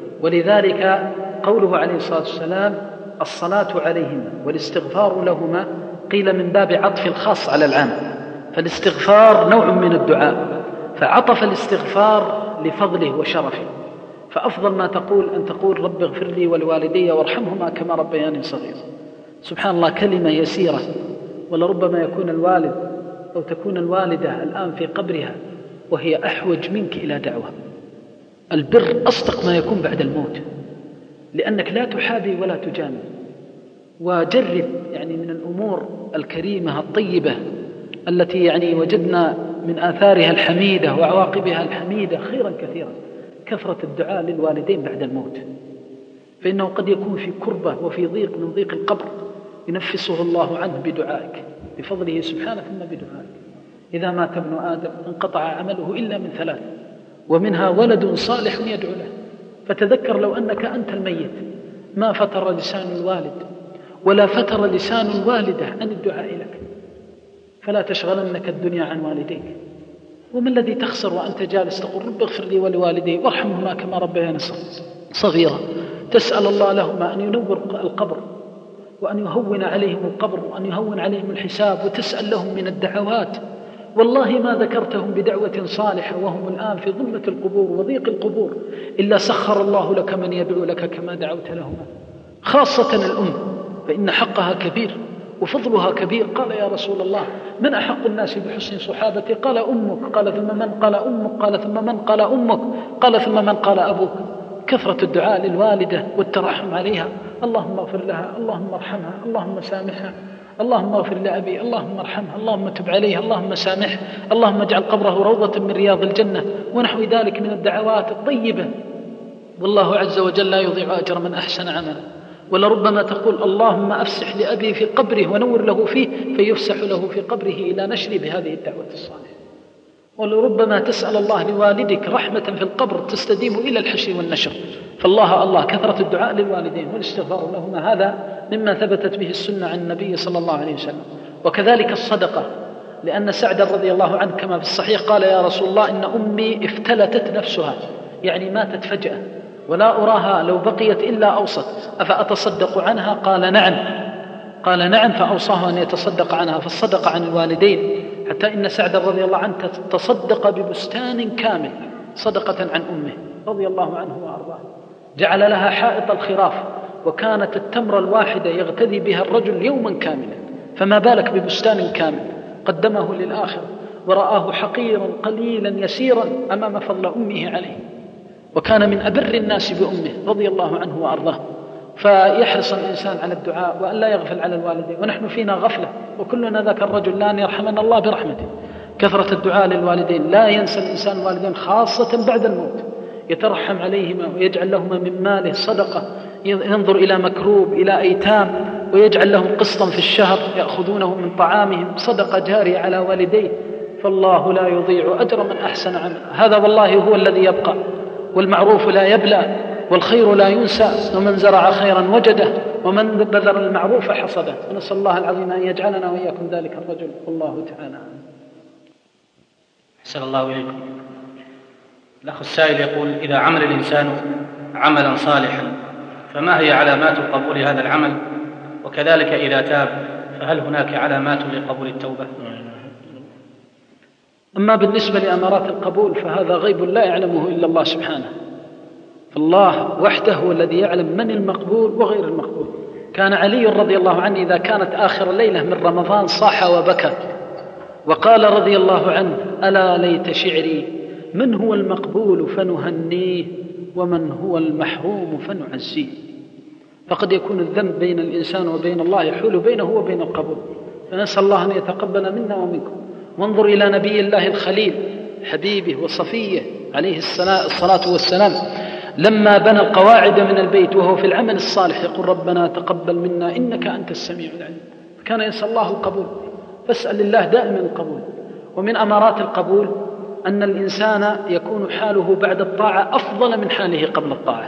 ولذلك قوله عليه الصلاة والسلام: الصلاة عليهما والاستغفار لهما، قيل من باب عطف الخاص على العام، فالاستغفار نوع من الدعاء، فعطف الاستغفار لفضله وشرفه. فأفضل ما تقول أن تقول: رب اغفر لي ولوالدي وارحمهما كما ربياني صغيرا. سبحان الله، كلمة يسيرة، ولربما يكون الوالد أو تكون الوالدة الآن في قبرها وهي أحوج منك إلى دعوة. البر أصدق ما يكون بعد الموت، لأنك لا تحابي ولا تجامل. وجرب يعني من الأمور الكريمة الطيبة التي يعني وجدنا من آثارها الحميدة وعواقبها الحميدة خيرا كثيرا، كثرة الدعاء للوالدين بعد الموت، فإنه قد يكون في كربة وفي ضيق من ضيق القبر ينفسه الله عنه بدعائك بفضله سبحانه ثم بدعائك. إذا مات ابن آدم انقطع عمله إلا من ثلاث، ومنها ولد صالح يدعو له. فتذكر لو أنك أنت الميت ما فتر لسان الوالد ولا فتر لسان الوالدة عن الدعاء لك، فلا تشغلنك الدنيا عن والديك. وما الذي تخسر وأنت جالس تقول: رب اغفر لي ولوالدي وارحمهما كما ربياني صغيرا؟ تسأل الله لهما أن ينور القبر وأن يهون عليهم القبر وأن يهون عليهم الحساب، وتسأل لهم من الدعوات. والله ما ذكرتهم بدعوة صالحة وهم الآن في ظلمة القبور وضيق القبور إلا سخر الله لك من يدعو لك كما دعوت لهما. خاصة الأم، فإن حقها كبير وفضلها كبير. قال: يا رسول الله، من أحق الناس بحسن صحابتي؟ قال: أمك. قال: ثم من؟ قال: أمك. قال: ثم من؟ قال: أمك. قال: ثم من؟ قال: أبوك. كثرة الدعاء للوالدة والترحم عليها: اللهم اغفر لها، اللهم ارحمها، اللهم سامحها، اللهم اغفر لأبي، اللهم ارحمها، اللهم تب عليها، اللهم سامحها، اللهم اجعل قبره روضة من رياض الجنة، ونحو ذلك من الدعوات الطيبة. والله عز وجل لا يضيع أجر من أحسن عملا. ولربما تقول: اللهم أفسح لأبي في قبره ونور له فيه، فيفسح له في قبره إلى نشري بهذه الدعوة الصالحة. ولربما تسأل الله لوالدك رحمة في القبر تستديم إلى الحشر والنشر. فالله الله كثرة الدعاء للوالدين والاستغفار لهما، هذا مما ثبتت به السنة عن النبي صلى الله عليه وسلم. وكذلك الصدقة، لأن سعد رضي الله عنه كما في الصحيح قال: يا رسول الله، إن أمي افتلتت نفسها، يعني ماتت فجأة ولا أراها لو بقيت إلا أوصت، أفأتصدق عنها؟ قال: نعم. قال: نعم. فأوصاه أن يتصدق عنها، فالصدق عن الوالدين، حتى إن سعد رضي الله عنه تصدق ببستان كامل صدقة عن أمه رضي الله عنه وأرضاه، جعل لها حائط الخراف، وكانت التمرة الواحدة يغتدي بها الرجل يوما كاملا، فما بالك ببستان كامل قدمه للآخر، ورآه حقيرا قليلا يسيرا أمام فضل أمه عليه. وكان من أبر الناس بأمه رضي الله عنه وأرضاه. فيحرص الإنسان على الدعاء وأن لا يغفل على الوالدين، ونحن فينا غفلة، وكلنا ذاك الرجل لا يرحمنا الله برحمته. كثرة الدعاء للوالدين، لا ينسى الإنسان الوالدين خاصة بعد الموت، يترحم عليهما ويجعل لهما من ماله صدقة، ينظر إلى مكروب، إلى أيتام، ويجعل لهم قسطا في الشهر يأخذونه من طعامهم صدقة جارية على والديه، فالله لا يضيع أجر من أحسن عملا. هذا والله هو الذي يبقى، والمعروف لا يبلى، والخير لا ينسى، ومن زرع خيرا وجده، ومن بذر المعروف حصده. ونسأل الله العظيم أن يجعلنا وإياكم ذلك الرجل، والله تعالى. أحسن الله إليكم. الأخ السائل يقول: إذا عمل الإنسان عملا صالحا فما هي علامات قبول هذا العمل؟ وكذلك إذا تاب فهل هناك علامات لقبول التوبة؟ أما بالنسبة لأمارات القبول فهذا غيب لا يعلمه إلا الله سبحانه، فالله وحده هو الذي يعلم من المقبول وغير المقبول. كان علي رضي الله عنه إذا كانت آخر ليلة من رمضان صاح وبكى وقال رضي الله عنه: ألا ليت شعري من هو المقبول فنهنيه ومن هو المحروم فنعزيه. فقد يكون الذنب بين الإنسان وبين الله يحول بينه وبين القبول، فنسأل الله أن يتقبل منا ومنكم. وانظر إلى نبي الله الخليل حبيبه وصفيه عليه الصلاة والسلام، لما بنى القواعد من البيت وهو في العمل الصالح يقول: ربنا تقبل منا إنك أنت السميع العليم. كان يسأل الله القبول، فاسأل الله دائما القبول. ومن أمارات القبول أن الإنسان يكون حاله بعد الطاعة أفضل من حاله قبل الطاعة.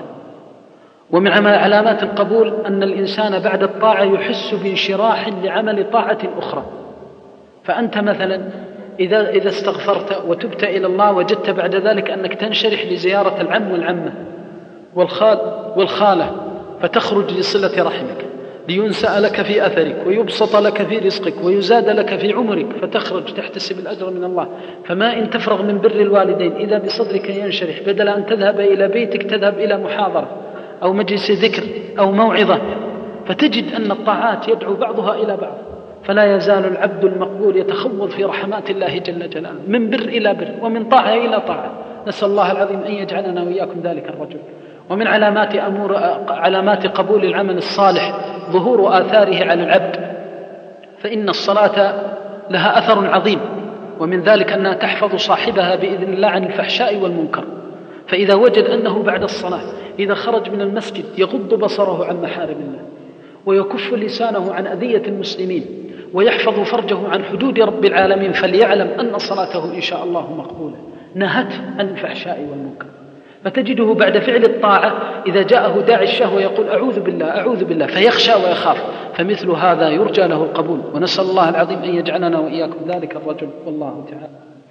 ومن علامات القبول أن الإنسان بعد الطاعة يحس بانشراح لعمل طاعة أخرى. فأنت مثلا إذا, إذا استغفرت وتبت إلى الله وجدت بعد ذلك أنك تنشرح لزيارة العم والعمة والخال والخالة، فتخرج لصلة رحمك، لينسأ لك في أثرك ويبسط لك في رزقك ويزاد لك في عمرك، فتخرج تحتسب الأجر من الله. فما إن تفرغ من بر الوالدين إذا بصدرك ينشرح، بدل أن تذهب إلى بيتك تذهب إلى محاضرة أو مجلس ذكر أو موعظة، فتجد أن الطاعات يدعو بعضها إلى بعض. فلا يزال العبد المقبول يتخوض في رحمات الله جل جلاله، من بر إلى بر ومن طاعة إلى طاعة. نسأل الله العظيم أن يجعلنا وإياكم ذلك الرجل. ومن علامات أمور علامات قبول العمل الصالح ظهور آثاره على العبد، فإن الصلاة لها أثر عظيم، ومن ذلك أنها تحفظ صاحبها بإذن الله عن الفحشاء والمنكر. فإذا وجد أنه بعد الصلاة إذا خرج من المسجد يغض بصره عن محارم الله، ويكف لسانه عن أذية المسلمين، ويحفظ فرجه عن حدود رب العالمين، فليعلم أن صلاته إن شاء الله مقبولة، نهته عن الفحشاء والمنكر. فتجده بعد فعل الطاعة إذا جاءه داعي الشهوة يقول: أعوذ بالله أعوذ بالله، فيخشى ويخاف. فمثل هذا يرجى له القبول، ونسأل الله العظيم أن يجعلنا وإياكم ذلك الرجل، والله تعالى.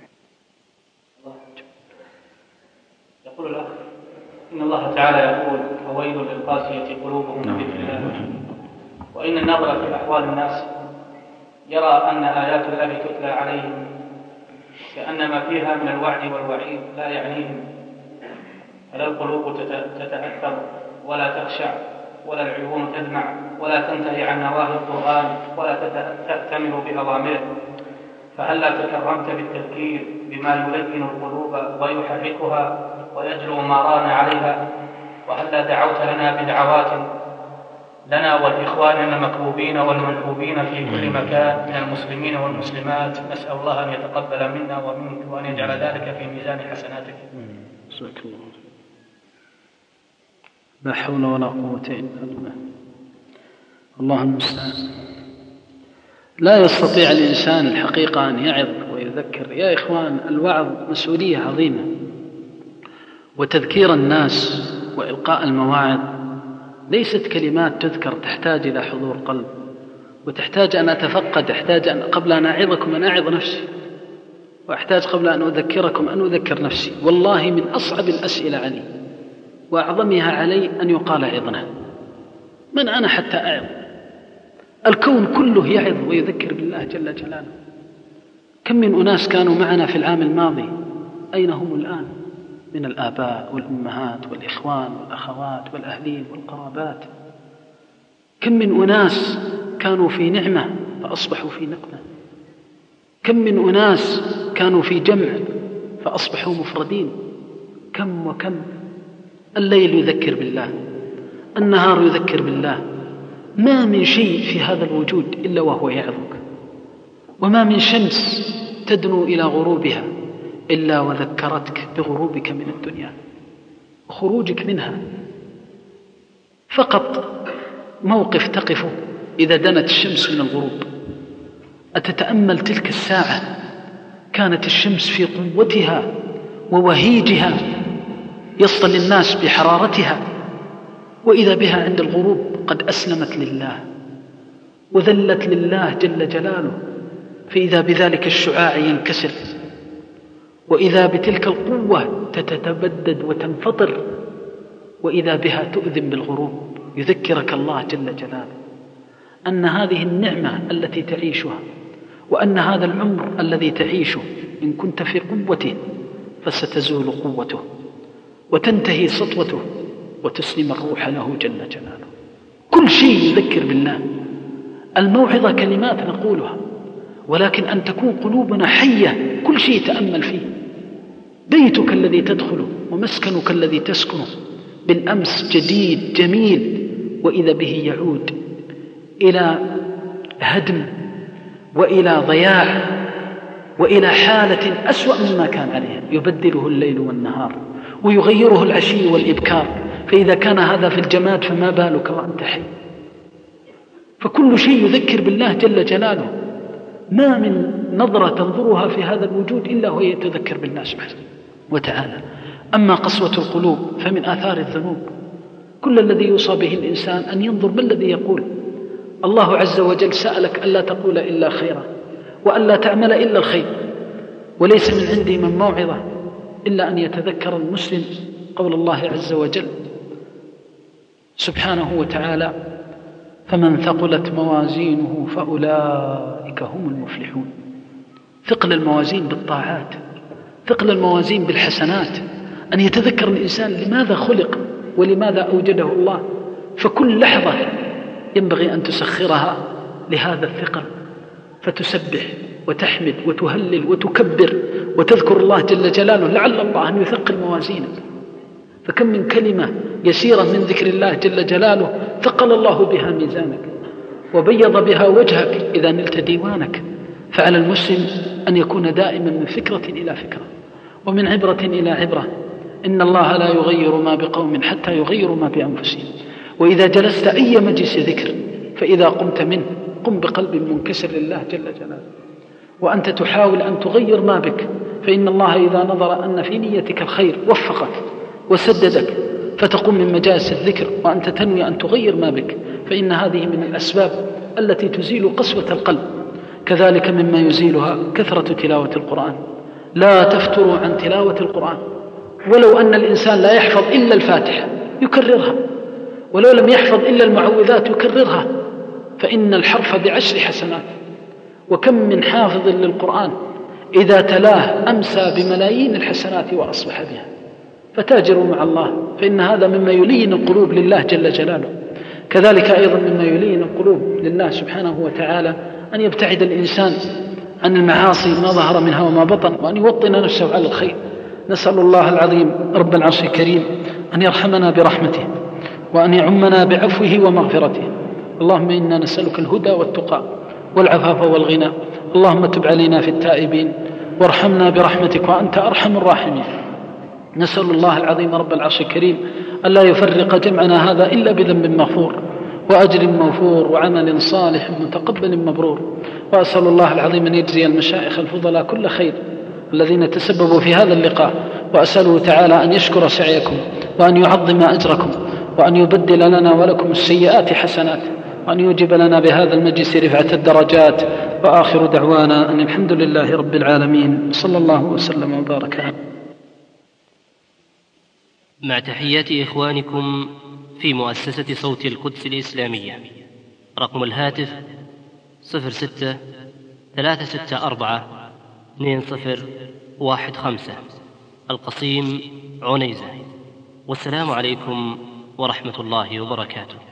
يقول الأخ: إن الله تعالى يقول: فويل للقاسية قلوبهم من ذكر الله. وإن النظر في أحوال الناس يرى أن آيات الله تتلى عليهم كأن ما فيها من الوعد والوعيد لا يعنيهم، فلا القلوب تتأثر ولا تخشع ولا العيون تدمع ولا تنتهي عن نواهي القرآن ولا تأتمر بأوامره. فهلا تكرمت بالتذكير بما يلين القلوب ويحركها ويجلو ما ران عليها؟ وهلا دعوت لنا بدعوات لنا والإخوان المكروبين والمنحوبين في كل مكان من المسلمين والمسلمات؟ نسأل الله أن يتقبل منا ومنك وأن يجعل ذلك في ميزان حسناتك. لا حول ولا قوة إلا بالله. الله المستعان. لا يستطيع الإنسان الحقيقة أن يعظ ويذكر. يا إخوان، الوعظ مسؤولية عظيمة، وتذكير الناس وإلقاء المواعظ ليست كلمات تذكر، تحتاج إلى حضور قلب، وتحتاج أن أتفقد، تحتاج أن قبل أن أعظكم أن أعظ نفسي، وأحتاج قبل أن أذكركم أن أذكر نفسي. والله من أصعب الأسئلة علي وأعظمها علي أن يقال عظنا. من أنا حتى أعظ؟ الكون كله يعظ ويذكر بالله جل جلاله. كم من أناس كانوا معنا في العام الماضي، أين هم الآن؟ من الآباء والأمهات والإخوان والأخوات والأهلين والقرابات. كم من أناس كانوا في نعمة فأصبحوا في نقمة. كم من أناس كانوا في جمع فأصبحوا مفردين. كم وكم. الليل يذكر بالله، النهار يذكر بالله. ما من شيء في هذا الوجود إلا وهو يعظك، وما من شمس تدنو إلى غروبها إلا وذكرتك بغروبك من الدنيا وخروجك منها. فقط موقف تقف إذا دنت الشمس من الغروب. أتتأمل تلك الساعة، كانت الشمس في قوتها ووهيجها يصطل الناس بحرارتها، وإذا بها عند الغروب قد أسلمت لله وذلت لله جل جلاله، فإذا بذلك الشعاع ينكسر، وإذا بتلك القوة تتبدد وتنفطر، وإذا بها تؤذن بالغروب. يذكرك الله جل جلاله أن هذه النعمة التي تعيشها، وأن هذا العمر الذي تعيشه إن كنت في قوته فستزول قوته وتنتهي سطوته وتسلم الروح له جل جلاله. كل شيء يذكر بالله. الموعظة كلمات نقولها، ولكن أن تكون قلوبنا حية، كل شيء تأمل فيه. بيتك الذي تدخله ومسكنك الذي تسكنه بالأمس جديد جميل، وإذا به يعود إلى هدم وإلى ضياع وإلى حالة أسوأ مما كان عليها. يبدله الليل والنهار ويغيره العشي والإبكار، فإذا كان هذا في الجماد فما بالك وأنت حي. فكل شيء يذكر بالله جل جلاله. ما من نظرة تنظرها في هذا الوجود إلا وهي يتذكر بالله سبحانه وتعالى. أما قسوة القلوب فمن آثار الذنوب. كل الذي يوصى به الإنسان أن ينظر ما الذي يقول. الله عز وجل سألك ألا تقول إلا خيرا وألا تعمل إلا الخير، وليس من عندي من موعظة إلا أن يتذكر المسلم قول الله عز وجل سبحانه وتعالى: فمن ثقلت موازينه فأولئك هم المفلحون. ثقل الموازين بالطاعات، ثقل الموازين بالحسنات، أن يتذكر الإنسان لماذا خلق ولماذا أوجده الله. فكل لحظة ينبغي أن تسخرها لهذا الثقل، فتسبح وتحمد وتهلل وتكبر وتذكر الله جل جلاله، لعل الله أن يثقل موازينك. فكم من كلمة يسيرة من ذكر الله جل جلاله ثقل الله بها ميزانك وبيض بها وجهك إذا نلت ديوانك. فعلى المسلم أن يكون دائما من فكرة إلى فكرة ومن عبرة إلى عبرة. إن الله لا يغير ما بقوم حتى يغيروا ما بأنفسهم. وإذا جلست أي مجلس ذكر فإذا قمت منه قم بقلب منكسر لله جل جلاله، وأنت تحاول أن تغير ما بك، فإن الله إذا نظر أن في نيتك الخير وفقك وسددك، فتقوم من مجالس الذكر وأنت تنوي أن تغير ما بك، فإن هذه من الأسباب التي تزيل قسوة القلب. كذلك مما يزيلها كثرة تلاوة القرآن. لا تفتروا عن تلاوة القرآن، ولو أن الإنسان لا يحفظ إلا الفاتحة يكررها، ولو لم يحفظ إلا المعوذات يكررها، فإن الحرف بعشر حسنات. وكم من حافظ للقرآن إذا تلاه أمسى بملايين الحسنات وأصبح بها. فتاجروا مع الله، فإن هذا مما يلين القلوب لله جل جلاله. كذلك أيضا مما يلين القلوب لله سبحانه وتعالى أن يبتعد الإنسان عن المعاصي ما ظهر منها وما بطن، وأن يوطن نفسه على الخير. نسأل الله العظيم رب العرش الكريم أن يرحمنا برحمته وأن يعمنا بعفوه ومغفرته. اللهم إنا نسألك الهدى والتقى والعفاف والغنى. اللهم تب علينا في التائبين وارحمنا برحمتك وأنت أرحم الراحمين. نسأل الله العظيم رب العرش الكريم ألا يفرق جمعنا هذا إلا بذنب مغفور وأجر موفور وعمل صالح متقبل مبرور. وأسأل الله العظيم أن يجزي المشايخ الفضلاء كل خير الذين تسببوا في هذا اللقاء، وأسأله تعالى أن يشكر سعيكم وأن يعظم أجركم وأن يبدل لنا ولكم السيئات حسنات وأن يوجب لنا بهذا المجلس رفعة الدرجات. وآخر دعوانا أن الحمد لله رب العالمين، صلى الله وسلم وبارك عليه. مع تحيات إخوانكم في مؤسسة صوت القدس الإسلامية. رقم الهاتف صفر ستة ثلاثة ستة أربعة اثنين صفر واحد خمسة، القصيم عنيزة. والسلام عليكم ورحمة الله وبركاته.